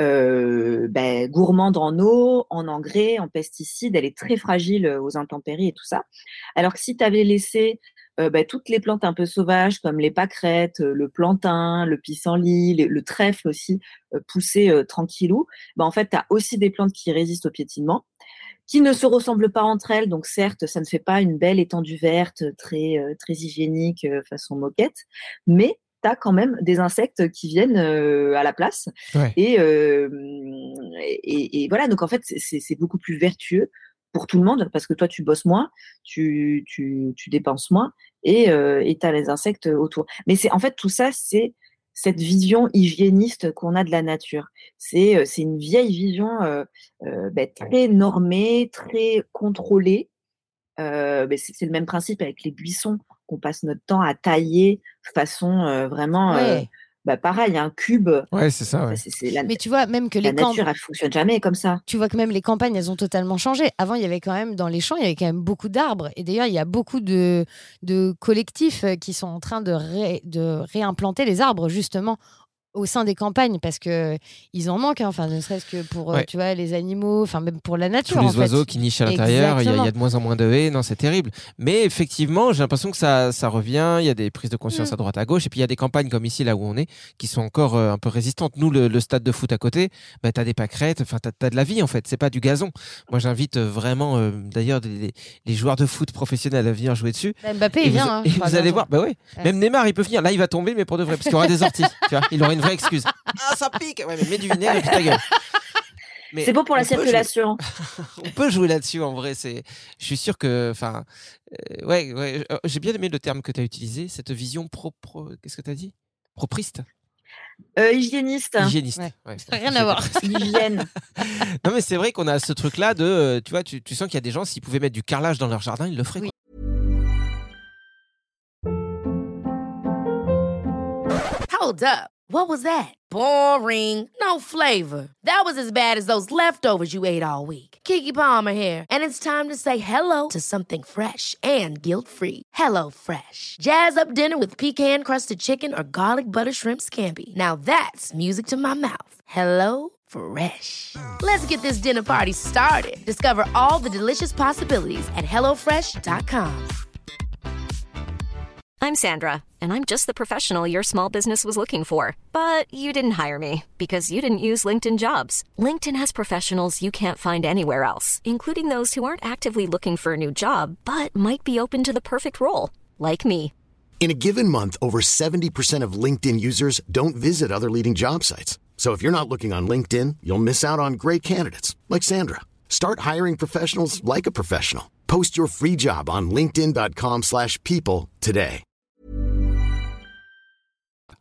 euh, bah, gourmande en eau, en engrais, en pesticides. Elle est très fragile aux intempéries et tout ça. Alors que si tu avais laissé Euh, bah, toutes les plantes un peu sauvages comme les pâquerettes, euh, le plantain, le pissenlit, le, le trèfle aussi, euh, pousser euh, tranquillou, bah, en fait, tu as aussi des plantes qui résistent au piétinement, qui ne se ressemblent pas entre elles. Donc, certes, ça ne fait pas une belle étendue verte très, euh, très hygiénique euh, façon moquette, mais tu as quand même des insectes qui viennent euh, à la place. Ouais. Et, euh, et, et voilà, donc en fait, c'est, c'est beaucoup plus vertueux pour tout le monde, parce que toi, tu bosses moins, tu, tu, tu dépenses moins, et euh, tu as les insectes autour. Mais c'est, en fait, tout ça, c'est cette vision hygiéniste qu'on a de la nature. C'est, c'est une vieille vision euh, euh, bah, très normée, très contrôlée. Euh, bah, c'est, c'est le même principe avec les buissons qu'on passe notre temps à tailler façon euh, vraiment... Ouais. Euh, bah pareil, un cube. Ouais, c'est ça. Ouais. C'est, c'est la, Mais tu vois, même que la les camp... nature, elle fonctionne jamais comme ça. Tu vois que même les campagnes, elles ont totalement changé. Avant, il y avait quand même, dans les champs, il y avait quand même beaucoup d'arbres. Et d'ailleurs, il y a beaucoup de, de collectifs qui sont en train de, ré... de réimplanter les arbres, justement, au sein des campagnes, parce que ils en manquent, hein. Enfin, ne serait-ce que pour Ouais. euh, tu vois, les animaux, enfin même pour la nature. Tous les en fait. oiseaux qui nichent à l'intérieur, il y, a- il y a Exactement. de moins en moins de haies, non, c'est terrible. Mais effectivement, j'ai l'impression que ça, ça revient, il y a des prises de conscience Mm. à droite, à gauche, et puis il y a des campagnes comme ici, là où on est, qui sont encore euh, un peu résistantes. Nous, le, le stade de foot à côté, bah, tu as des pâquerettes, enfin, tu as de la vie en fait, c'est pas du gazon. Moi, j'invite euh, vraiment, euh, d'ailleurs, des- les, les joueurs de foot professionnels à venir jouer dessus. Bah, Mbappé, Et il vous, vient. hein, et par vous allez exemple. voir, bah ouais. Ouais. Même Neymar, il peut venir. Là, il va tomber, mais pour de vrai, parce qu'il y aura des orties. Tu vois, il aura une vraie excuse. Ah, ça pique. Ouais, mais mets du vinaigre et puis ta gueule. Mais C'est bon pour la on peut jouer- circulation. On peut jouer là-dessus en vrai. C'est, je suis sûr que, enfin, euh, ouais, ouais. euh, J'ai bien aimé le terme que tu as utilisé, cette vision pro, pro- qu'est-ce que tu as dit? Propriste, Euh, hygiéniste. hygiéniste. Ouais. Ouais. Ça n'a rien à voir. L'hygiène. Non mais c'est vrai qu'on a ce truc-là de, euh, tu vois, tu, tu sens qu'il y a des gens s'ils pouvaient mettre du carrelage dans leur jardin, ils le feraient. Oui. Quoi. Hold up. What was that? Boring. No flavor. That was as bad as those leftovers you ate all week. Keke Palmer here, and it's time to say hello to something fresh and guilt-free. Hello Fresh. Jazz up dinner with pecan-crusted chicken or garlic butter shrimp scampi. Now that's music to my mouth. Hello Fresh. Let's get this dinner party started. Discover all the delicious possibilities at hello fresh dot com. I'm Sandra, and I'm just the professional your small business was looking for. But you didn't hire me because you didn't use LinkedIn Jobs. LinkedIn has professionals you can't find anywhere else, including those who aren't actively looking for a new job, but might be open to the perfect role, like me. In a given month, over seventy percent of LinkedIn users don't visit other leading job sites. So if you're not looking on LinkedIn, you'll miss out on great candidates like Sandra. Start hiring professionals like a professional. Post your free job on linkedin dot com slash people today.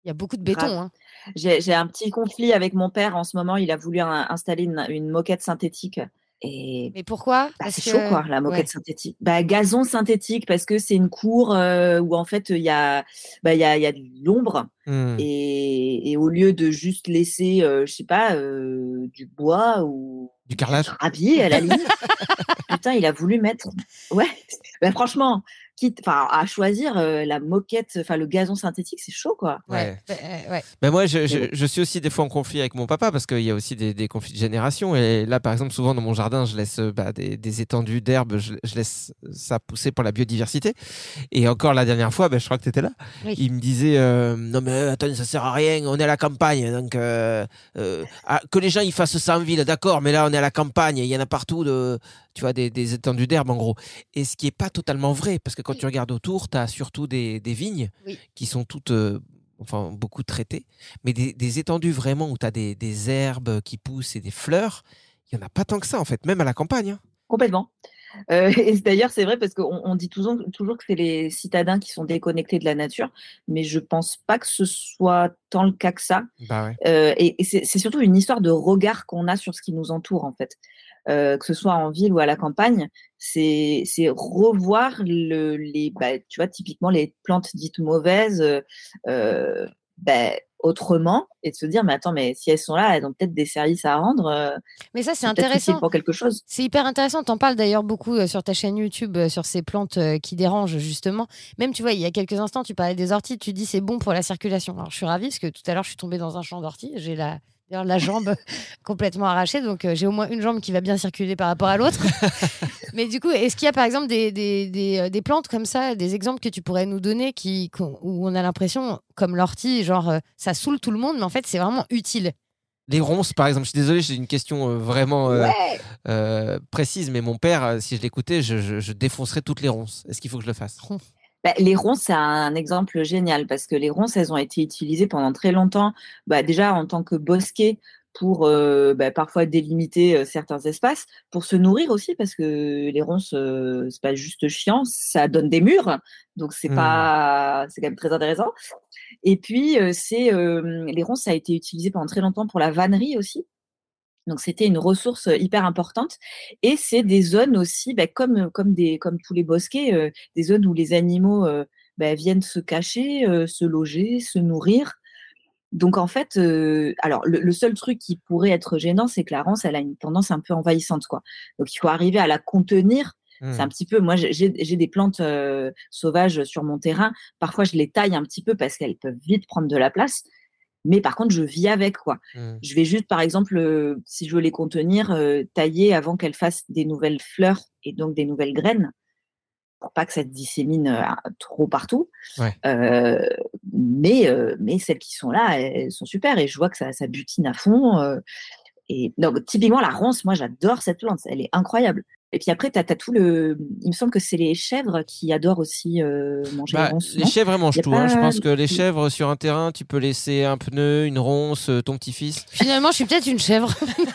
Il y a beaucoup de béton. Grave. Hein. J'ai, j'ai un petit conflit avec mon père en ce moment. Il a voulu un, installer une, une moquette synthétique. Et Mais pourquoi? bah, Parce c'est que... chaud, quoi, la moquette ouais. synthétique. Bah, gazon synthétique, parce que c'est une cour euh, où en fait il y a, bah, il y a, il y a de l'ombre. Hmm. Et, et au lieu de juste laisser, euh, je sais pas, euh, du bois ou Du carrelage. gravier à la limite, putain, il a voulu mettre. Ouais, bah, franchement, quitte, enfin, à choisir euh, la moquette, enfin le gazon synthétique, c'est chaud, quoi. Ouais. Ouais. Euh, ouais. Ben moi, je, je, Mais bon. je suis aussi des fois en conflit avec mon papa parce qu'il y a aussi des, des conflits de génération. Et là, par exemple, souvent dans mon jardin, je laisse euh, bah, des, des étendues d'herbes, je, je laisse ça pousser pour la biodiversité. Et encore la dernière fois, ben, je crois que tu étais là, Oui. il me disait euh, non mais attends, ça sert à rien, on est à la campagne, donc euh, euh, ah, que les gens ils fassent ça en ville, d'accord, mais là on est à la campagne, il y en a partout de, tu vois, des, des étendues d'herbes en gros. Et ce qui est pas totalement vrai, parce que quand Oui. tu regardes autour, tu as surtout des, des vignes Oui. qui sont toutes euh, enfin beaucoup traitées, mais des, des étendues vraiment où tu as des, des herbes qui poussent et des fleurs, il n'y en a pas tant que ça en fait, même à la campagne. Hein. Complètement. Euh, et d'ailleurs, c'est vrai parce qu'on on dit toujours, toujours que c'est les citadins qui sont déconnectés de la nature, mais je pense pas que ce soit tant le cas que ça. Bah ouais. Euh, et et c'est, c'est surtout une histoire de regard qu'on a sur ce qui nous entoure, en fait. Euh, que ce soit en ville ou à la campagne, c'est, c'est revoir le, les, bah, tu vois, typiquement les plantes dites mauvaises, euh, euh, bah, autrement, et de se dire, mais attends, mais si elles sont là, elles ont peut-être des services à rendre. Euh, Mais ça, c'est c'est peut-être utile intéressant. pour quelque chose. C'est hyper intéressant. T'en parles d'ailleurs beaucoup euh, sur ta chaîne YouTube euh, sur ces plantes euh, qui dérangent justement. Même tu vois, il y a quelques instants, tu parlais des orties. Tu dis c'est bon pour la circulation. Alors je suis ravie parce que tout à l'heure je suis tombée dans un champ d'orties. J'ai la d'ailleurs la jambe complètement arrachée, donc euh, j'ai au moins une jambe qui va bien circuler par rapport à l'autre. Mais du coup, est-ce qu'il y a par exemple des, des, des, euh, des plantes comme ça, des exemples que tu pourrais nous donner qui, qu'on- où on a l'impression, comme l'ortie, genre euh, ça saoule tout le monde, mais en fait c'est vraiment utile. Les ronces, par exemple, je suis désolé, j'ai une question euh, vraiment euh, Ouais. euh, précise, mais mon père, euh, si je l'écoutais, je, je, je défoncerais toutes les ronces. Est-ce qu'il faut que je le fasse? Bah, les ronces, c'est un exemple génial parce que les ronces, elles ont été utilisées pendant très longtemps, bah, déjà en tant que bosquet pour euh, bah, parfois délimiter euh, certains espaces, pour se nourrir aussi parce que les ronces, euh, c'est pas juste chiant, ça donne des murs, donc c'est Hmm. pas, c'est quand même très intéressant. Et puis euh, c'est euh, les ronces, ça a été utilisé pendant très longtemps pour la vannerie aussi. Donc c'était une ressource hyper importante et c'est des zones aussi, bah, comme comme des comme tous les bosquets, euh, des zones où les animaux euh, bah, viennent se cacher, euh, se loger, se nourrir. Donc en fait, euh, alors le, le seul truc qui pourrait être gênant, c'est que la rance, elle a une tendance un peu envahissante, quoi. Donc il faut arriver à la contenir. C'est un Hmm. petit peu, moi j'ai j'ai des plantes euh, sauvages sur mon terrain. Parfois je les taille un petit peu parce qu'elles peuvent vite prendre de la place. Mais par contre, je vis avec, quoi. Hmm. Je vais juste, par exemple, euh, si je veux les contenir, euh, tailler avant qu'elles fassent des nouvelles fleurs et donc des nouvelles graines, pour pas que ça se dissémine euh, trop partout. Ouais. Euh, mais, euh, mais celles qui sont là, elles, elles sont super et je vois que ça, ça butine à fond. euh, et donc, typiquement, la ronce, moi, j'adore cette plante. Elle est incroyable. Et puis après, tu as tout le. Il me semble que c'est les chèvres qui adorent aussi euh, manger les Bah, ronces. les non chèvres elles mangent Y a tout. Hein. Je pas- pense que les chèvres sur un terrain, tu peux laisser un pneu, une ronce, euh, ton petit-fils. Finalement, je suis peut-être une chèvre.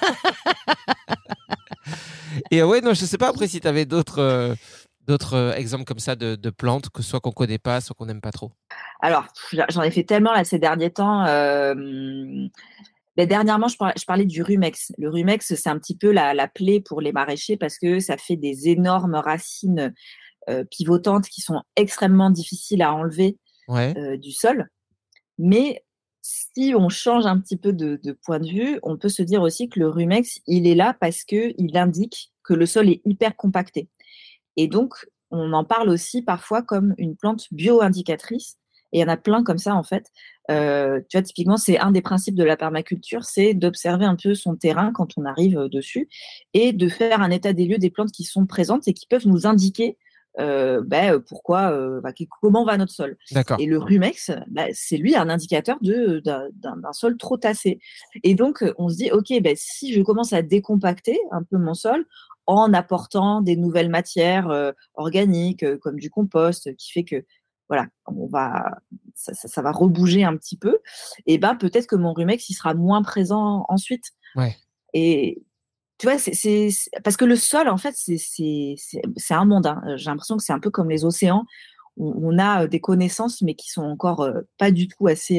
Et euh, ouais, non, je sais pas après si tu avais d'autres euh, d'autres euh, exemples comme ça de, de plantes, que soit qu'on connaît pas, soit qu'on n'aime pas trop. Alors, pff, j'en ai fait tellement là ces derniers temps. Euh, mais dernièrement, je parlais, je parlais du rumex. Le rumex, c'est un petit peu la, la plaie pour les maraîchers parce que ça fait des énormes racines euh, pivotantes qui sont extrêmement difficiles à enlever Ouais. euh, du sol. Mais si on change un petit peu de, de point de vue, on peut se dire aussi que le rumex, il est là parce qu'il indique que le sol est hyper compacté. Et donc, on en parle aussi parfois comme une plante bio-indicatrice. Et il y en a plein comme ça, en fait. Euh, tu vois, typiquement, c'est un des principes de la permaculture, c'est d'observer un peu son terrain quand on arrive dessus et de faire un état des lieux des plantes qui sont présentes et qui peuvent nous indiquer euh, bah, pourquoi, euh, bah, comment va notre sol. D'accord. Et le rumex, bah, c'est lui un indicateur de, d'un, d'un sol trop tassé. Et donc, on se dit, OK, bah, si je commence à décompacter un peu mon sol, en apportant des nouvelles matières euh, organiques, euh, comme du compost, qui fait que voilà, on va, ça, ça, ça va rebouger un petit peu, et ben peut-être que mon rumex il sera moins présent ensuite. Ouais. Et tu vois, c'est, c'est, c'est parce que le sol, en fait, c'est, c'est, c'est, c'est un monde. Hein. J'ai l'impression que c'est un peu comme les océans. On, on a des connaissances, mais qui sont encore euh, pas du tout assez. Euh,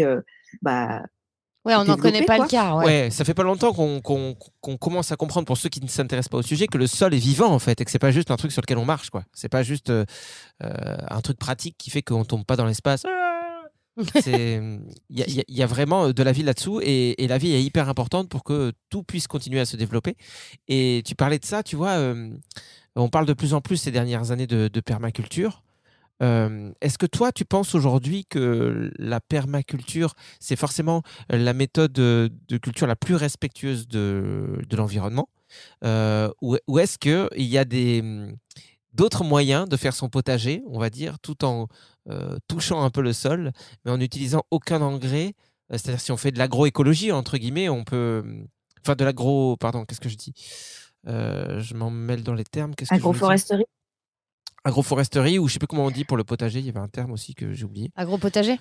bah, Ouais, on n'en connaît pas quoi. le cas. Ouais. Ouais, ça fait pas longtemps qu'on, qu'on, qu'on commence à comprendre, pour ceux qui ne s'intéressent pas au sujet, que le sol est vivant en fait, et que c'est pas juste un truc sur lequel on marche, quoi. C'est pas juste euh, euh, un truc pratique qui fait qu'on tombe pas dans l'espace. Il y, y, y a vraiment de la vie là-dessous, et, et la vie est hyper importante pour que tout puisse continuer à se développer. Et tu parlais de ça, tu vois, euh, on parle de plus en plus ces dernières années de, de permaculture. Euh, est-ce que toi, tu penses aujourd'hui que la permaculture, c'est forcément la méthode de, de culture la plus respectueuse de, de l'environnement, euh, ou, ou est-ce qu'il y a des, d'autres moyens de faire son potager, on va dire, tout en euh, touchant un peu le sol, mais en n'utilisant aucun engrais? C'est-à-dire, si on fait de l'agroécologie, entre guillemets, on peut... Enfin, de l'agro... Pardon, qu'est-ce que je dis euh, Je m'en mêle dans les termes. Qu'est-ce que Agroforesterie. Agroforesterie, ou je ne sais plus comment on dit pour le potager, il y avait un terme aussi que j'ai oublié. Agropotager.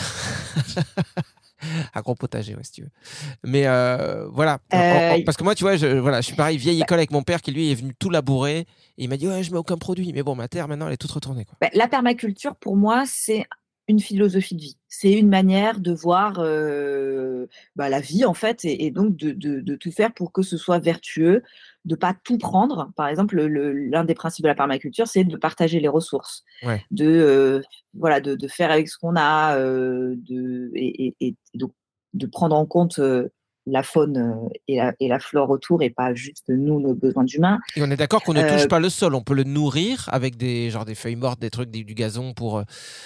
Agropotager, ouais, si tu veux. Mais euh, voilà, Euh, en, en, parce que moi, tu vois, je, voilà, je suis pareil, vieille école avec mon père qui lui est venu tout labourer, et il m'a dit ouais, je mets aucun produit, mais bon, ma terre maintenant, elle est toute retournée, quoi. Bah, la permaculture, pour moi, c'est une philosophie de vie. C'est une manière de voir euh, bah, la vie, en fait, et, et donc de, de, de tout faire pour que ce soit vertueux, de pas tout prendre. Par exemple, le, l'un des principes de la permaculture, c'est de partager les ressources, ouais. de, euh, voilà, de, de faire avec ce qu'on a, euh, de, et, et, et donc de prendre en compte euh, la faune et la, et la flore autour, et pas juste nous, nos besoins d'humains. Et on est d'accord qu'on ne Euh, touche pas le sol, on peut le nourrir avec des, genre des feuilles mortes, des trucs, des, du gazon pour euh,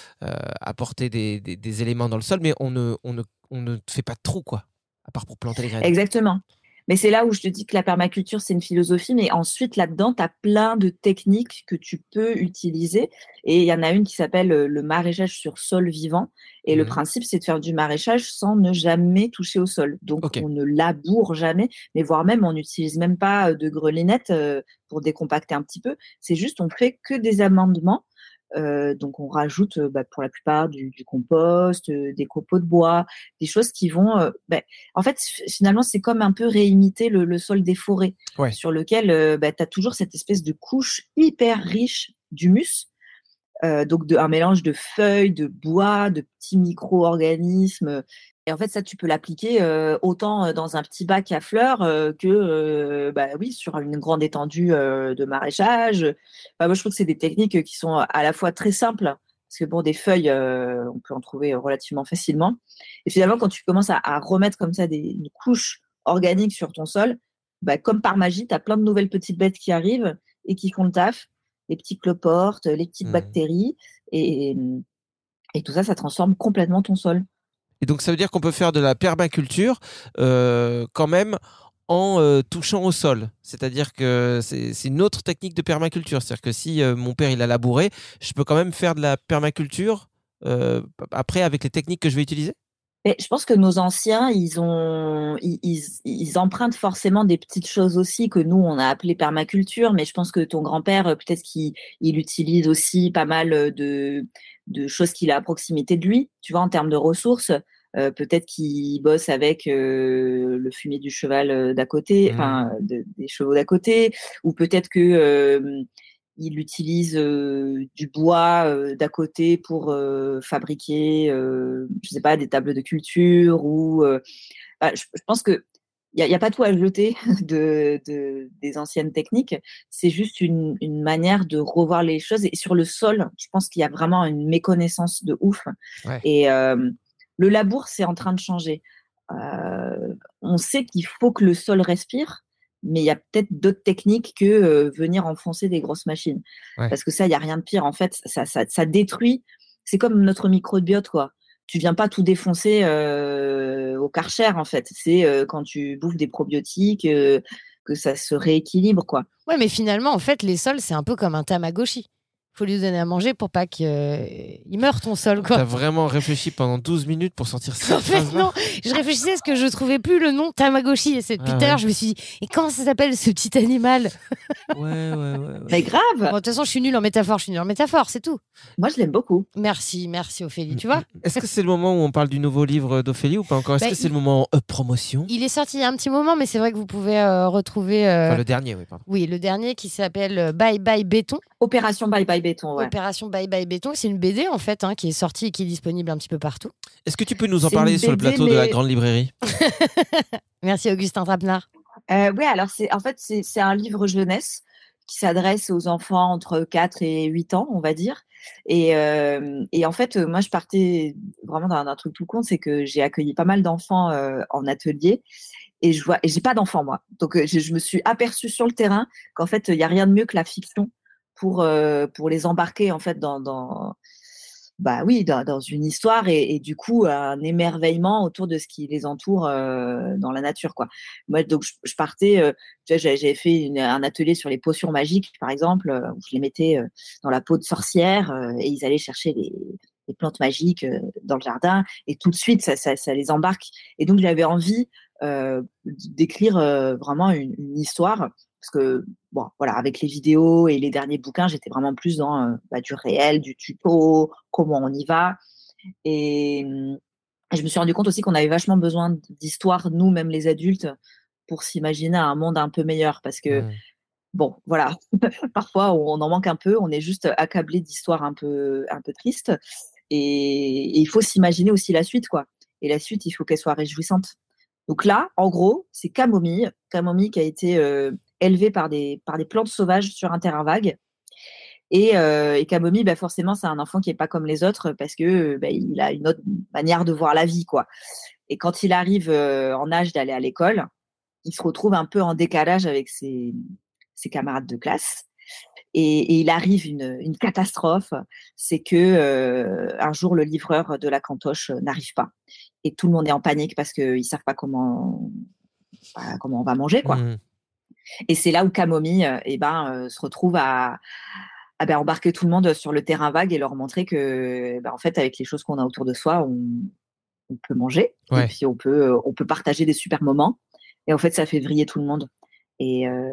apporter des, des, des éléments dans le sol, mais on ne, on, ne, on ne fait pas de trou, quoi, à part pour planter les graines. Exactement. Mais c'est là où je te dis que la permaculture, c'est une philosophie, mais ensuite, là-dedans, tu as plein de techniques que tu peux utiliser. Et il y en a une qui s'appelle le maraîchage sur sol vivant. Et mmh. le principe, c'est de faire du maraîchage sans ne jamais toucher au sol. Donc, okay. on ne laboure jamais, mais voire même, on n'utilise même pas de grelinette pour décompacter un petit peu. C'est juste, on fait que des amendements. Euh, donc on rajoute euh, bah, pour la plupart du, du compost, euh, des copeaux de bois, des choses qui vont euh, bah, en fait f- finalement c'est comme un peu réimiter le, le sol des forêts, ouais. sur lequel euh, bah, tu as toujours cette espèce de couche hyper riche d'humus, euh, donc de, un mélange de feuilles, de bois, de petits micro-organismes. Et en fait, ça, tu peux l'appliquer euh, autant dans un petit bac à fleurs euh, que euh, bah, oui, sur une grande étendue euh, de maraîchage. Bah, moi, je trouve que c'est des techniques qui sont à la fois très simples, parce que bon, des feuilles, euh, on peut en trouver relativement facilement. Et finalement, quand tu commences à, à remettre comme ça des, une couche organique sur ton sol, bah, comme par magie, tu as plein de nouvelles petites bêtes qui arrivent et qui font le taf. Les petits cloportes, les petites mmh. bactéries. Et, et tout ça, ça transforme complètement ton sol. Et donc, ça veut dire qu'on peut faire de la permaculture euh, quand même en euh, touchant au sol. C'est-à-dire que c'est, c'est une autre technique de permaculture. C'est-à-dire que si euh, mon père il a labouré, je peux quand même faire de la permaculture euh, après avec les techniques que je vais utiliser? Mais je pense que nos anciens, ils, ont, ils, ils, ils empruntent forcément des petites choses aussi que nous, on a appelé permaculture. Mais je pense que ton grand-père, peut-être qu'il il utilise aussi pas mal de, de choses qu'il a à proximité de lui, tu vois, en termes de ressources. Euh, peut-être qu'il bosse avec euh, le fumier du cheval d'à côté, enfin mmh. de, des chevaux d'à côté, ou peut-être que euh, il utilise euh, du bois euh, d'à côté pour euh, fabriquer, euh, je sais pas, des tables de culture, ou euh, bah, je, je pense que il y, y a pas tout à jeter de, de des anciennes techniques. C'est juste une, une manière de revoir les choses. Et sur le sol, je pense qu'il y a vraiment une méconnaissance de ouf. Ouais. Et euh, le labour, c'est en train de changer. Euh, on sait qu'il faut que le sol respire, mais il y a peut-être d'autres techniques que euh, venir enfoncer des grosses machines. Ouais. Parce que ça, il n'y a rien de pire. En fait, ça, ça, ça détruit. C'est comme notre microbiote, quoi. Tu viens pas tout défoncer euh, au Karcher, en fait. C'est euh, quand tu bouffes des probiotiques euh, que ça se rééquilibre, quoi. Ouais, mais finalement, en fait, les sols, c'est un peu comme un Tamagotchi. Il faut lui donner à manger pour pas qu'il euh, meure ton sol, quoi. T'as vraiment réfléchi pendant douze minutes pour sortir ça? En fait, non. Je réfléchissais à ce que je trouvais plus le nom Tamagotchi. Et c'est depuis tout à l'heure, je me suis dit, et comment ça s'appelle ce petit animal? Ouais, ouais, ouais. ouais. Mais grave. Bon, de toute façon, je suis nulle en métaphore. Je suis nulle en métaphore, c'est tout. Moi, je l'aime beaucoup. Merci, merci Ophélie. Tu vois? Est-ce que c'est le moment où on parle du nouveau livre d'Ophélie ou pas encore? Est-ce bah, que c'est il... le moment euh, promotion? Il est sorti il y a un petit moment, mais c'est vrai que vous pouvez euh, retrouver. Euh... Enfin, le dernier, oui, pardon. Oui, le dernier qui s'appelle Bye Bye Béton. Opération Bye Bye Bye Béton, ouais. Opération Bye Bye Béton, c'est une B D en fait hein, qui est sortie et qui est disponible un petit peu partout. Est-ce que tu peux nous en C'est parler une sur le B D, plateau de mais- la Grande Librairie? Merci Augustin Trapenard. Euh, ouais, alors c'est en fait c'est c'est un livre jeunesse qui s'adresse aux enfants entre quatre et huit ans, on va dire. Et, euh, et en fait, euh, moi, je partais vraiment d'un d'un truc tout con, c'est que j'ai accueilli pas mal d'enfants euh, en atelier et je vois, et j'ai pas d'enfants moi. Donc, euh, je, je me suis aperçue sur le terrain qu'en fait, il y a rien de mieux que la fiction pour euh, pour les embarquer en fait dans dans bah oui dans, dans une histoire et, et du coup un émerveillement autour de ce qui les entoure euh, dans la nature quoi. Moi donc je, je partais, euh, tu vois, j'avais j'avais fait une, un atelier sur les potions magiques par exemple, euh, où je les mettais euh, dans la peau de sorcière euh, et ils allaient chercher les, les plantes magiques euh, dans le jardin et tout de suite ça, ça, ça les embarque et donc j'avais envie euh, d'écrire euh, vraiment une, une histoire. Parce que, bon, voilà, avec les vidéos et les derniers bouquins, j'étais vraiment plus dans euh, bah, du réel, du tuto, comment on y va. Et, euh, je me suis rendu compte aussi qu'on avait vachement besoin d'histoires, nous, même les adultes, pour s'imaginer un monde un peu meilleur. Parce que, Mmh. bon, voilà, parfois, on en manque un peu. On est juste accablé d'histoires un peu, un peu tristes. Et, et il faut s'imaginer aussi la suite, quoi. Et la suite, il faut qu'elle soit réjouissante. Donc là, en gros, c'est Camomille. Camomille qui a été euh, élevée par des, par des plantes sauvages sur un terrain vague. Et, euh, et Camomille, bah forcément, c'est un enfant qui n'est pas comme les autres parce que bah, il a une autre manière de voir la vie, quoi. Et quand il arrive euh, en âge d'aller à l'école, il se retrouve un peu en décalage avec ses, ses camarades de classe. Et, et il arrive une, une catastrophe, c'est que euh, un jour le livreur de la cantoche n'arrive pas et tout le monde est en panique parce qu'ils savent pas comment bah, comment on va manger quoi. Mmh. Et c'est là où Camomille euh, eh ben euh, se retrouve à, à ben, embarquer tout le monde sur le terrain vague et leur montrer que ben, en fait avec les choses qu'on a autour de soi on, on peut manger Ouais. et puis on peut on peut partager des super moments et en fait ça fait vriller tout le monde et euh,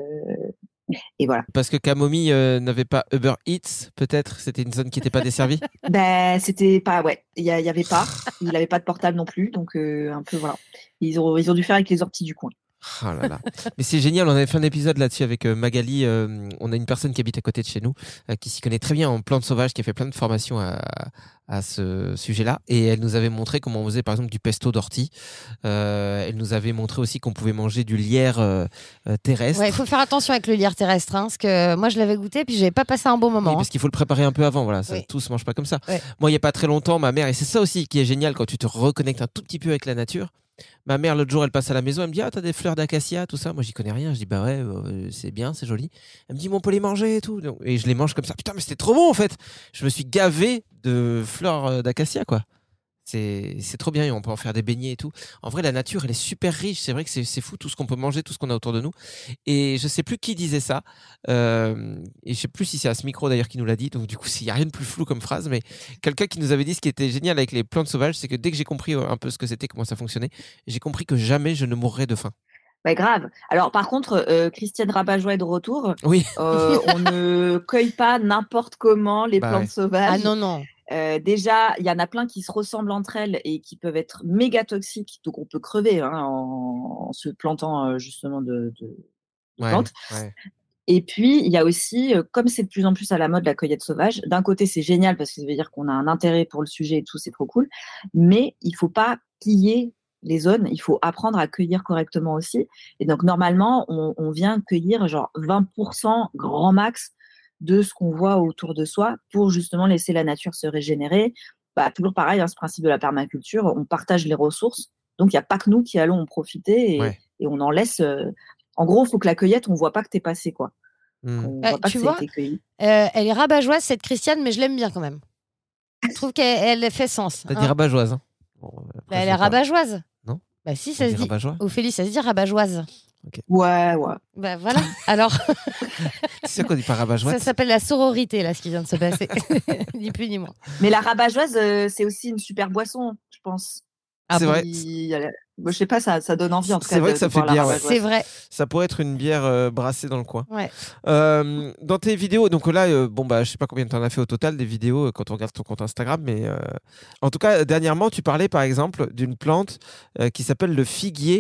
et voilà. Parce que Camomille euh, n'avait pas Uber Eats, peut-être? C'était une zone qui n'était pas desservie? Ben, c'était pas, ouais, il y, a- il y avait pas, il avait pas de portable non plus, donc euh, un peu voilà. Ils ont, ils ont dû faire avec les orties du coin. Oh là là. Mais c'est génial, on avait fait un épisode là-dessus avec euh, Magali. Euh, on a une personne qui habite à côté de chez nous, euh, qui s'y connaît très bien en plantes sauvages, qui a fait plein de formations à, à ce sujet-là. Et elle nous avait montré comment on faisait par exemple du pesto d'ortie. Euh, elle nous avait montré aussi qu'on pouvait manger du lierre euh, euh, terrestre. Ouais, il faut faire attention avec le lierre terrestre, hein, parce que moi je l'avais goûté puis j'avais pas passé un bon moment. Oui, hein. parce qu'il faut le préparer un peu avant, voilà, ça, Oui. tout se mange pas comme ça. Ouais. Moi, il y a pas très longtemps, ma mère, et c'est ça aussi qui est génial quand tu te reconnectes un tout petit peu avec la nature. Ma mère, l'autre jour, elle passe à la maison, elle me dit: ah, t'as des fleurs d'acacia, tout ça. Moi, j'y connais rien. Je dis: bah ouais, euh, c'est bien, c'est joli. Elle me dit: mais on peut les manger et tout. Donc, et je les mange comme ça. Putain, mais c'était trop bon en fait. Je me suis gavé de fleurs euh, d'acacia, quoi. C'est, c'est trop bien et on peut en faire des beignets et tout. En vrai, la nature, elle est super riche. C'est vrai que c'est, c'est fou tout ce qu'on peut manger, tout ce qu'on a autour de nous. Et je sais plus qui disait ça. Euh, et je sais plus si c'est à ce micro d'ailleurs qui nous l'a dit. Donc du coup, il n'y a rien de plus flou comme phrase. Mais quelqu'un qui nous avait dit ce qui était génial avec les plantes sauvages, c'est que dès que j'ai compris un peu ce que c'était, comment ça fonctionnait, j'ai compris que jamais je ne mourrais de faim. Bah, grave. Alors, par contre, euh, Christiane Rabat-Joie est de retour. Oui. Euh, on ne cueille pas n'importe comment les Bah plantes ouais. sauvages. Ah non, non. Euh, déjà, il y en a plein qui se ressemblent entre elles et qui peuvent être méga toxiques. Donc, on peut crever hein, en, en se plantant euh, justement de, de, de Ouais, plantes. ouais. Et puis, il y a aussi, euh, comme c'est de plus en plus à la mode la cueillette sauvage, d'un côté, c'est génial parce que ça veut dire qu'on a un intérêt pour le sujet et tout, c'est trop cool. Mais il faut pas piller les zones, il faut apprendre à cueillir correctement aussi. Et donc, normalement, on, on vient cueillir genre vingt pour cent grand max de ce qu'on voit autour de soi pour justement laisser la nature se régénérer. Bah, toujours pareil, hein, ce principe de la permaculture, on partage les ressources. Donc, il n'y a pas que nous qui allons en profiter et, Ouais. et on en laisse. euh, En gros, il faut que la cueillette, on ne voit pas que tu es passé, quoi. Mm. On Bah, voit pas tu que ça a vois, été cueilli. Euh, elle est rabat-joie cette Christiane, mais je l'aime bien quand même. Je trouve qu'elle elle fait sens. T'as hein. dit rabat-joie, hein. Bon, euh, après, Bah, elle je est sais pas. rabat-joise. Non. Bah si, On ça dit se dit. rabat-joie. Ophélie, ça se dit rabat-joise. Ouais, ouais. Bah voilà. Alors, C'est sûr qu'on dit pas rabat-joie. ça s'appelle la sororité là, ce qui vient de se passer. Ni plus ni moins. Mais la rabat-joise, euh, c'est aussi une super boisson, je pense. Ah C'est bon vrai. Il- elle- Moi, je sais pas, ça, ça donne envie en tout C'est cas. vrai de- que ça de fait boire la bière, ouais. rabat-joise. C'est vrai. Ça pourrait être une bière euh, brassée dans le coin. Ouais. Euh, dans tes vidéos, donc là, euh, bon bah, je sais pas combien tu en as fait au total des vidéos euh, quand on regarde ton compte Instagram, mais euh, en tout cas, dernièrement, tu parlais par exemple d'une plante euh, qui s'appelle le figuier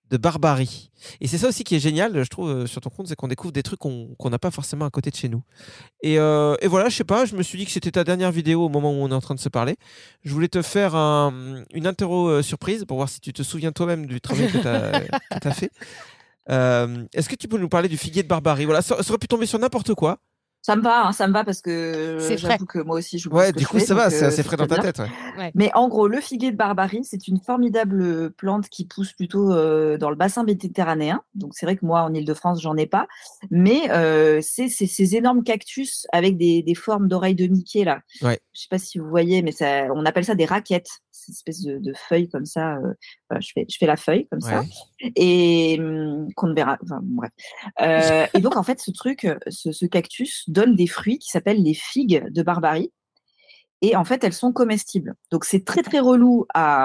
de Barbarie. Et c'est ça aussi qui est génial, je trouve, euh, sur ton compte, c'est qu'on découvre des trucs qu'on qu'on n'a pas forcément à côté de chez nous. Et, euh, et voilà, je sais pas, je me suis dit que c'était ta dernière vidéo au moment où on est en train de se parler. Je voulais te faire un, une interro euh, surprise pour voir si tu te souviens toi-même du travail que tu as fait. Euh, Est-ce que tu peux nous parler du figuier de Barbarie? Voilà, ça, ça aurait pu tomber sur n'importe quoi. Ça me va, hein, ça me va parce que C'est frais. j'avoue que moi aussi je Ouais, ce que du je coup, fais, ça va, donc, c'est euh, assez frais dans très ta bien. tête. Ouais. Ouais. Mais en gros, le figuier de Barbarie, c'est une formidable plante qui pousse plutôt euh, dans le bassin méditerranéen. Donc c'est vrai que moi en Île-de-France, j'en ai pas, mais euh, c'est c'est ces énormes cactus avec des, des formes d'oreilles de Mickey là. Ouais. Je sais pas si vous voyez, mais ça, on appelle ça des raquettes. C'est une espèce de, de feuille comme ça. Euh, voilà, je fais je fais la feuille comme ça Ouais. et hum, qu'on ne verra. Enfin, bon, bref. Euh, et donc en fait, ce truc, ce, ce cactus donne des fruits qui s'appellent les figues de Barbarie. Et en fait, elles sont comestibles. Donc, c'est très, très relou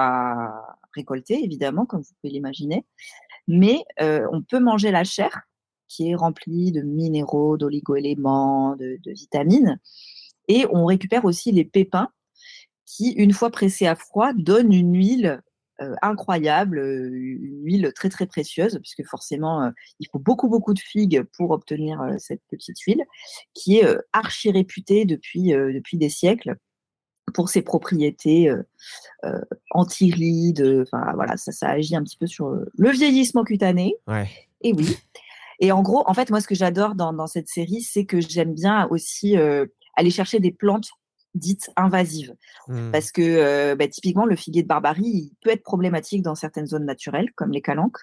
à récolter, évidemment, comme vous pouvez l'imaginer. Mais euh, on peut manger la chair, qui est remplie de minéraux, d'oligo-éléments, de, de vitamines. Et on récupère aussi les pépins, qui, une fois pressés à froid, donnent une huile euh, incroyable, euh, une huile très, très précieuse, puisque forcément, euh, il faut beaucoup, beaucoup de figues pour obtenir euh, cette petite huile, qui est euh, archi réputée depuis, euh, depuis des siècles pour ses propriétés euh, euh, anti-rides, enfin voilà, ça, ça agit un petit peu sur le vieillissement cutané. Ouais. Et oui. Et en gros, en fait, moi, ce que j'adore dans, dans cette série, c'est que j'aime bien aussi euh, aller chercher des plantes dites invasives. Mmh. Parce que euh, bah, typiquement, le figuier de Barbarie, il peut être problématique dans certaines zones naturelles, comme les calanques.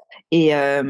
Et euh,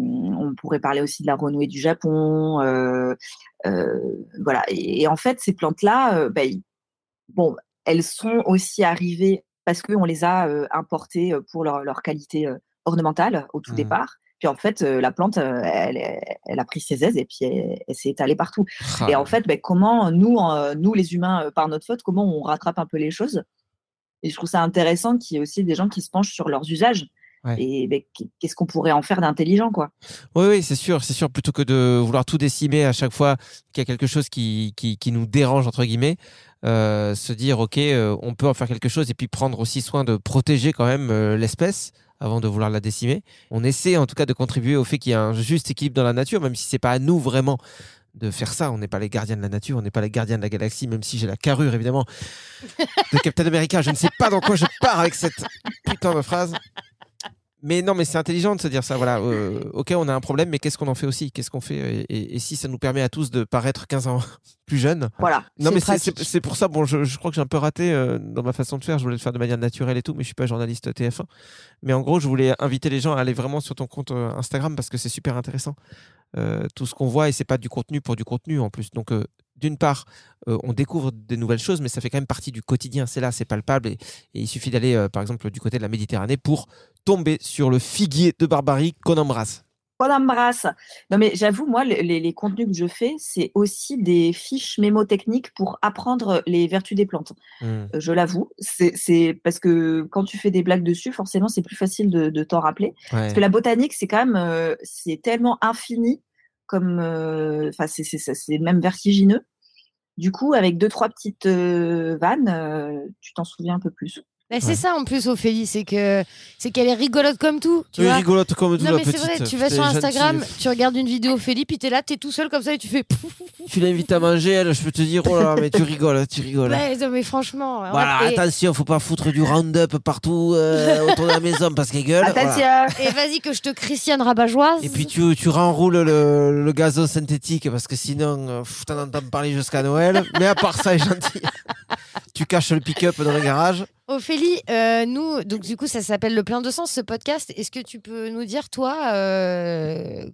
on pourrait parler aussi de la renouée du Japon. Euh, euh, voilà. Et, et en fait, ces plantes-là, euh, bah, ils, bon, elles sont aussi arrivées parce qu'on les a euh, importées pour leur, leur qualité euh, ornementale au tout Mmh. départ. Puis en fait, euh, la plante, euh, elle, elle, elle a pris ses aises et puis elle, elle s'est étalée partout. Ah. Et en fait, ben, comment nous, euh, nous les humains, euh, par notre faute, comment on rattrape un peu les choses? Et je trouve ça intéressant qu'il y ait aussi des gens qui se penchent sur leurs usages. Ouais. Et ben, qu'est-ce qu'on pourrait en faire d'intelligent, quoi? Oui, oui, c'est sûr, c'est sûr. Plutôt que de vouloir tout décimer à chaque fois qu'il y a quelque chose qui, qui, qui nous dérange, entre guillemets, euh, se dire, OK, euh, on peut en faire quelque chose et puis prendre aussi soin de protéger quand même euh, l'espèce avant de vouloir la décimer. On essaie en tout cas de contribuer au fait qu'il y a un juste équilibre dans la nature, même si c'est pas à nous vraiment de faire ça. On n'est pas les gardiens de la nature, on n'est pas les gardiens de la galaxie, même si j'ai la carrure, évidemment, de Captain America. Je ne sais pas dans quoi je pars avec cette putain de phrase. Mais non, mais c'est intelligent de se dire ça. Voilà, euh, ok, on a un problème, mais qu'est-ce qu'on en fait aussi? Qu'est-ce qu'on fait et, et, et si ça nous permet à tous de paraître quinze ans plus jeunes? Voilà. Non, c'est mais c'est, pratique. c'est, c'est pour ça. Bon, je, je crois que j'ai un peu raté euh, dans ma façon de faire. Je voulais le faire de manière naturelle et tout, mais je suis pas journaliste T F un. Mais en gros, je voulais inviter les gens à aller vraiment sur ton compte euh, Instagram parce que c'est super intéressant. Euh, tout ce qu'on voit et c'est pas du contenu pour du contenu en plus. Donc euh, d'une part, euh, on découvre des nouvelles choses, mais ça fait quand même partie du quotidien. C'est là, c'est palpable. Et, et il suffit d'aller, euh, par exemple, du côté de la Méditerranée pour tomber sur le figuier de Barbarie qu'on embrasse. On embrasse. Non, mais j'avoue, moi, les, les contenus que je fais, c'est aussi des fiches mémotechniques pour apprendre les vertus des plantes. Mmh. Euh, je l'avoue. C'est, c'est parce que quand tu fais des blagues dessus, forcément, c'est plus facile de, de t'en rappeler. Ouais. Parce que la botanique, c'est quand même, euh, c'est tellement infini, comme, enfin, euh, c'est, c'est, c'est, c'est même vertigineux. Du coup, avec deux, trois petites euh, vannes, euh, tu t'en souviens un peu plus. Bah, c'est Ouais. ça en plus, Ophélie, c'est que c'est qu'elle est rigolote comme tout. Tu Oui, vois rigolote comme tout, non, la mais petite. c'est vrai, tu Putain, vas sur elle est Instagram, gentille. tu regardes une vidéo Ophélie, puis t'es là, t'es tout seul comme ça et tu fais. Tu l'invites à manger, elle, je peux te dire, oh là là, mais tu rigoles, tu rigoles. Ouais, non, mais franchement. Voilà, et, attention, faut pas foutre du Roundup partout euh, autour de la maison parce qu'elle gueule. Attention. Voilà. et vas-y que je te Christiane rabat-joie. Et puis tu, tu renroules le, le gazon synthétique parce que sinon, euh, pff, t'en entends parler jusqu'à Noël. Mais à part ça, elle est gentille. Tu caches le pick-up dans le garage. Ophélie, euh, nous, donc du coup, ça s'appelle Le Plein de Sens, ce podcast. Est-ce que tu peux nous dire, toi, euh,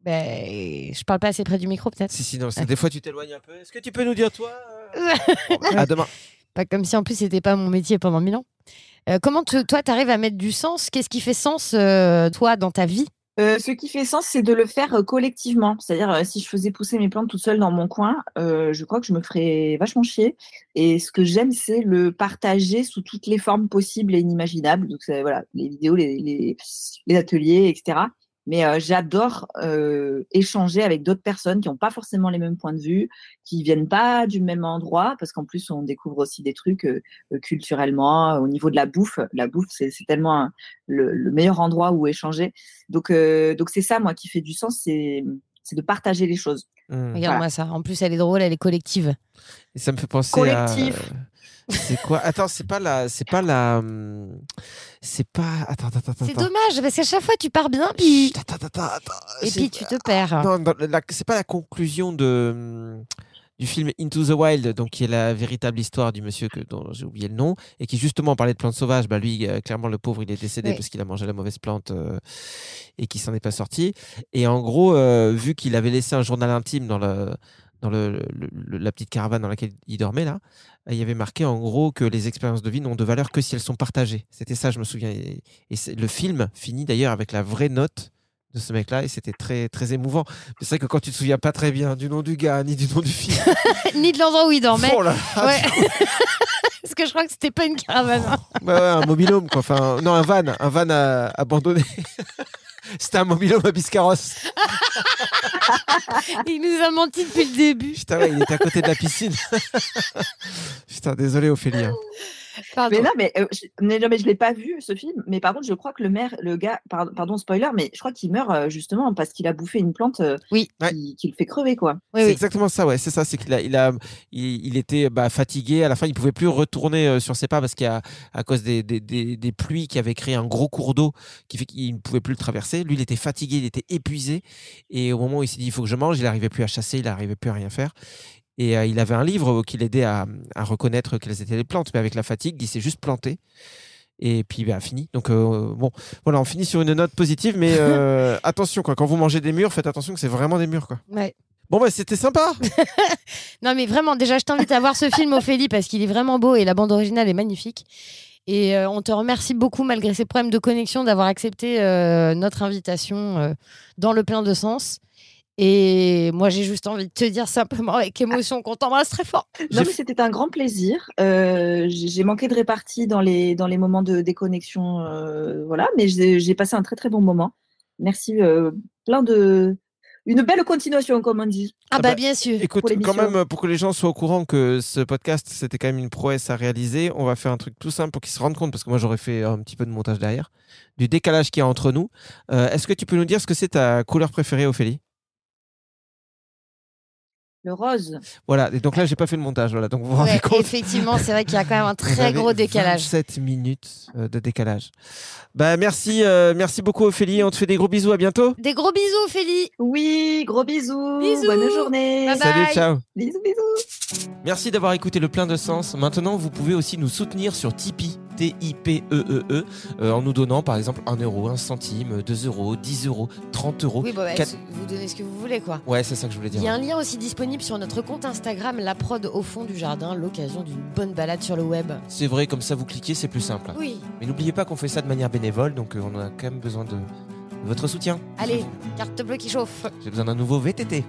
ben, je parle pas assez près du micro, peut-être. Si, si, non, c'est Ouais. des fois tu t'éloignes un peu. Est-ce que tu peux nous dire, toi euh... Bon, bah, à demain. Pas comme si en plus c'était pas mon métier pendant mille ans. Euh, comment te- toi, t'arrives à mettre du sens? Qu'est-ce qui fait sens, euh, toi, dans ta vie? Euh, ce qui fait sens, c'est de le faire euh, collectivement. C'est-à-dire, euh, si je faisais pousser mes plantes toute seule dans mon coin, euh, je crois que je me ferais vachement chier. Et ce que j'aime, c'est le partager sous toutes les formes possibles et inimaginables. Donc, c'est, voilà, les vidéos, les, les, les ateliers, et cetera. Mais euh, j'adore euh, échanger avec d'autres personnes qui n'ont pas forcément les mêmes points de vue, qui viennent pas du même endroit, parce qu'en plus on découvre aussi des trucs euh, culturellement, au niveau de la bouffe. La bouffe, c'est, c'est tellement un, le, le meilleur endroit où échanger. Donc, euh, donc c'est ça, moi, qui fait du sens, c'est, c'est de partager les choses. Mmh. Regarde-moi voilà. ça. En plus, elle est drôle, elle est collective. Et ça me fait penser Collectif. à... C'est quoi? Attends, c'est pas la, c'est pas la, c'est pas. Attends, attends, attends. C'est dommage parce qu'à chaque fois tu pars bien puis. Attends, attends, attends. attends. Et c'est... puis tu te perds. Non, non la... c'est pas la conclusion de du film Into the Wild, donc qui est la véritable histoire du monsieur que dont j'ai oublié le nom et qui justement parlait de plantes sauvages. Bah lui, euh, clairement, le pauvre, il est décédé oui. parce qu'il a mangé la mauvaise plante euh, et qu'il s'en est pas sorti. Et en gros, euh, vu qu'il avait laissé un journal intime dans le dans le, le, le, la petite caravane dans laquelle il dormait là, il y avait marqué en gros que les expériences de vie n'ont de valeur que si elles sont partagées. C'était ça, je me souviens. Et, et c'est, le film finit d'ailleurs avec la vraie note de ce mec-là et c'était très, très émouvant. Mais c'est vrai que quand tu te souviens pas très bien du nom du gars, ni du nom du film, ni de l'endroit où il dormait. Oh là là, ouais. Parce que je crois que c'était pas une caravane. Ouais, ouais, un mobil-home quoi. Enfin, non, un van, un van à, abandonné. C'était un mobil-home à Biscarrosse. Il nous a menti depuis le début. Putain, ouais, il était à côté de la piscine. Putain, désolé Ophélie. Pardon. Mais non, mais, euh, je, mais, non, mais je l'ai pas vu ce film. Mais par contre, je crois que le maire, le gars, pardon, pardon spoiler, mais je crois qu'il meurt euh, justement parce qu'il a bouffé une plante euh, oui. qui, ouais. qui le fait crever, quoi. Oui, c'est oui. exactement ça, ouais. C'est ça, c'est qu'il a, il a, il, il était bah, fatigué. À la fin, il pouvait plus retourner euh, sur ses pas parce qu'il y a, à cause des, des, des, des pluies qui avaient créé un gros cours d'eau qui fait qu'il ne pouvait plus le traverser. Lui, il était fatigué, il était épuisé. Et au moment où il s'est dit, il faut que je mange, il n'arrivait plus à chasser, il n'arrivait plus à rien faire. Et euh, il avait un livre qui l'aidait à, à reconnaître quelles étaient les plantes, mais avec la fatigue, il s'est juste planté. Et puis, bah, fini. Donc, euh, bon, voilà, on finit sur une note positive, mais euh, attention, quoi, quand vous mangez des mûres, faites attention que c'est vraiment des mûres, quoi. Ouais. Bon, bah, c'était sympa. Non, mais vraiment, déjà, je t'invite à voir ce film, Ophélie, parce qu'il est vraiment beau et la bande originale est magnifique. Et euh, on te remercie beaucoup, malgré ces problèmes de connexion, d'avoir accepté euh, notre invitation euh, dans le plein de sens. Et moi, j'ai juste envie de te dire simplement avec émotion qu'on t'embrasse très fort. Non, mais c'était un grand plaisir. Euh, j'ai manqué de répartie dans les, dans les moments de déconnexion. Euh, voilà, mais j'ai, j'ai passé un très, très bon moment. Merci. Euh, plein de... Une belle continuation, comme on dit. Ah bah, bah bien sûr. Écoute, quand même, pour que les gens soient au courant que ce podcast, c'était quand même une prouesse à réaliser, on va faire un truc tout simple pour qu'ils se rendent compte, parce que moi, j'aurais fait un petit peu de montage derrière, du décalage qu'il y a entre nous. Euh, est-ce que tu peux nous dire ce que c'est ta couleur préférée, Ophélie ? Le rose. Voilà, et donc là, j'ai pas fait le montage. Voilà, donc vous vous rendez ouais, compte. Effectivement, c'est vrai qu'il y a quand même un très gros décalage. vingt-sept minutes de décalage. Bah, merci, euh, merci beaucoup, Ophélie. On te fait des gros bisous. À bientôt. Des gros bisous, Ophélie. Oui, gros bisous. Bisous. Bonne journée. Bye Salut, bye. ciao. Bisous, bisous. Merci d'avoir écouté Le Plein de Sens. Maintenant, vous pouvez aussi nous soutenir sur Tipeee. T I P E E E euh, en nous donnant par exemple un euro, un centime, deux euros, dix euros, trente euros. Oui, bah, quatre... vous donnez ce que vous voulez, quoi. Ouais, c'est ça que je voulais dire. Il y a un lien aussi disponible sur notre compte Instagram, La Prod au fond du jardin, l'occasion d'une bonne balade sur le web. C'est vrai, comme ça vous cliquez, c'est plus simple. Oui. Mais n'oubliez pas qu'on fait ça de manière bénévole, donc euh, on a quand même besoin de, de votre soutien. Allez, carte bleue qui chauffe. J'ai besoin d'un nouveau V T T.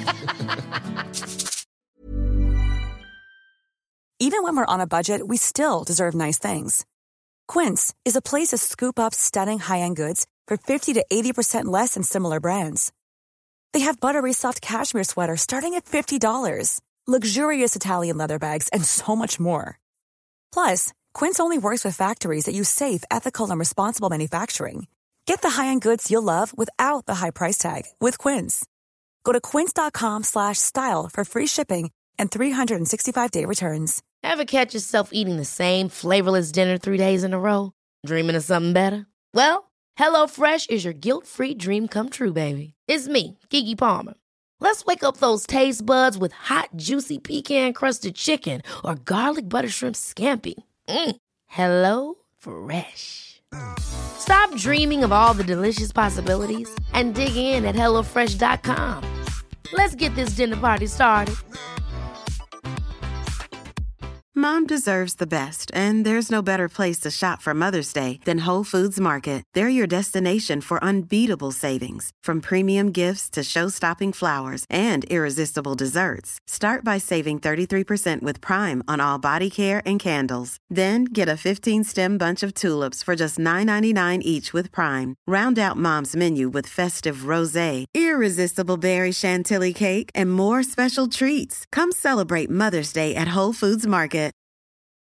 Even when we're on a budget, we still deserve nice things. Quince is a place to scoop up stunning high-end goods for fifty to eighty percent less than similar brands. They have buttery soft cashmere sweaters starting at fifty dollars, luxurious Italian leather bags, and so much more. Plus, Quince only works with factories that use safe, ethical, and responsible manufacturing. Get the high-end goods you'll love without the high price tag with Quince. Go to quince.com slash style for free shipping and three sixty-five day returns. Ever catch yourself eating the same flavorless dinner three days in a row? Dreaming of something better? Well, HelloFresh is your guilt-free dream come true, baby. It's me, Keke Palmer. Let's wake up those taste buds with hot, juicy pecan-crusted chicken or garlic butter shrimp scampi. Mm. Hello Fresh. Stop dreaming of all the delicious possibilities and dig in at hello fresh dot com. Let's get this dinner party started. Mom deserves the best, and there's no better place to shop for Mother's Day than Whole Foods Market. They're your destination for unbeatable savings, from premium gifts to show-stopping flowers and irresistible desserts. Start by saving thirty-three percent with Prime on all body care and candles. Then get a fifteen-stem bunch of tulips for just nine ninety-nine each with Prime. Round out Mom's menu with festive rosé, irresistible berry chantilly cake, and more special treats. Come celebrate Mother's Day at Whole Foods Market.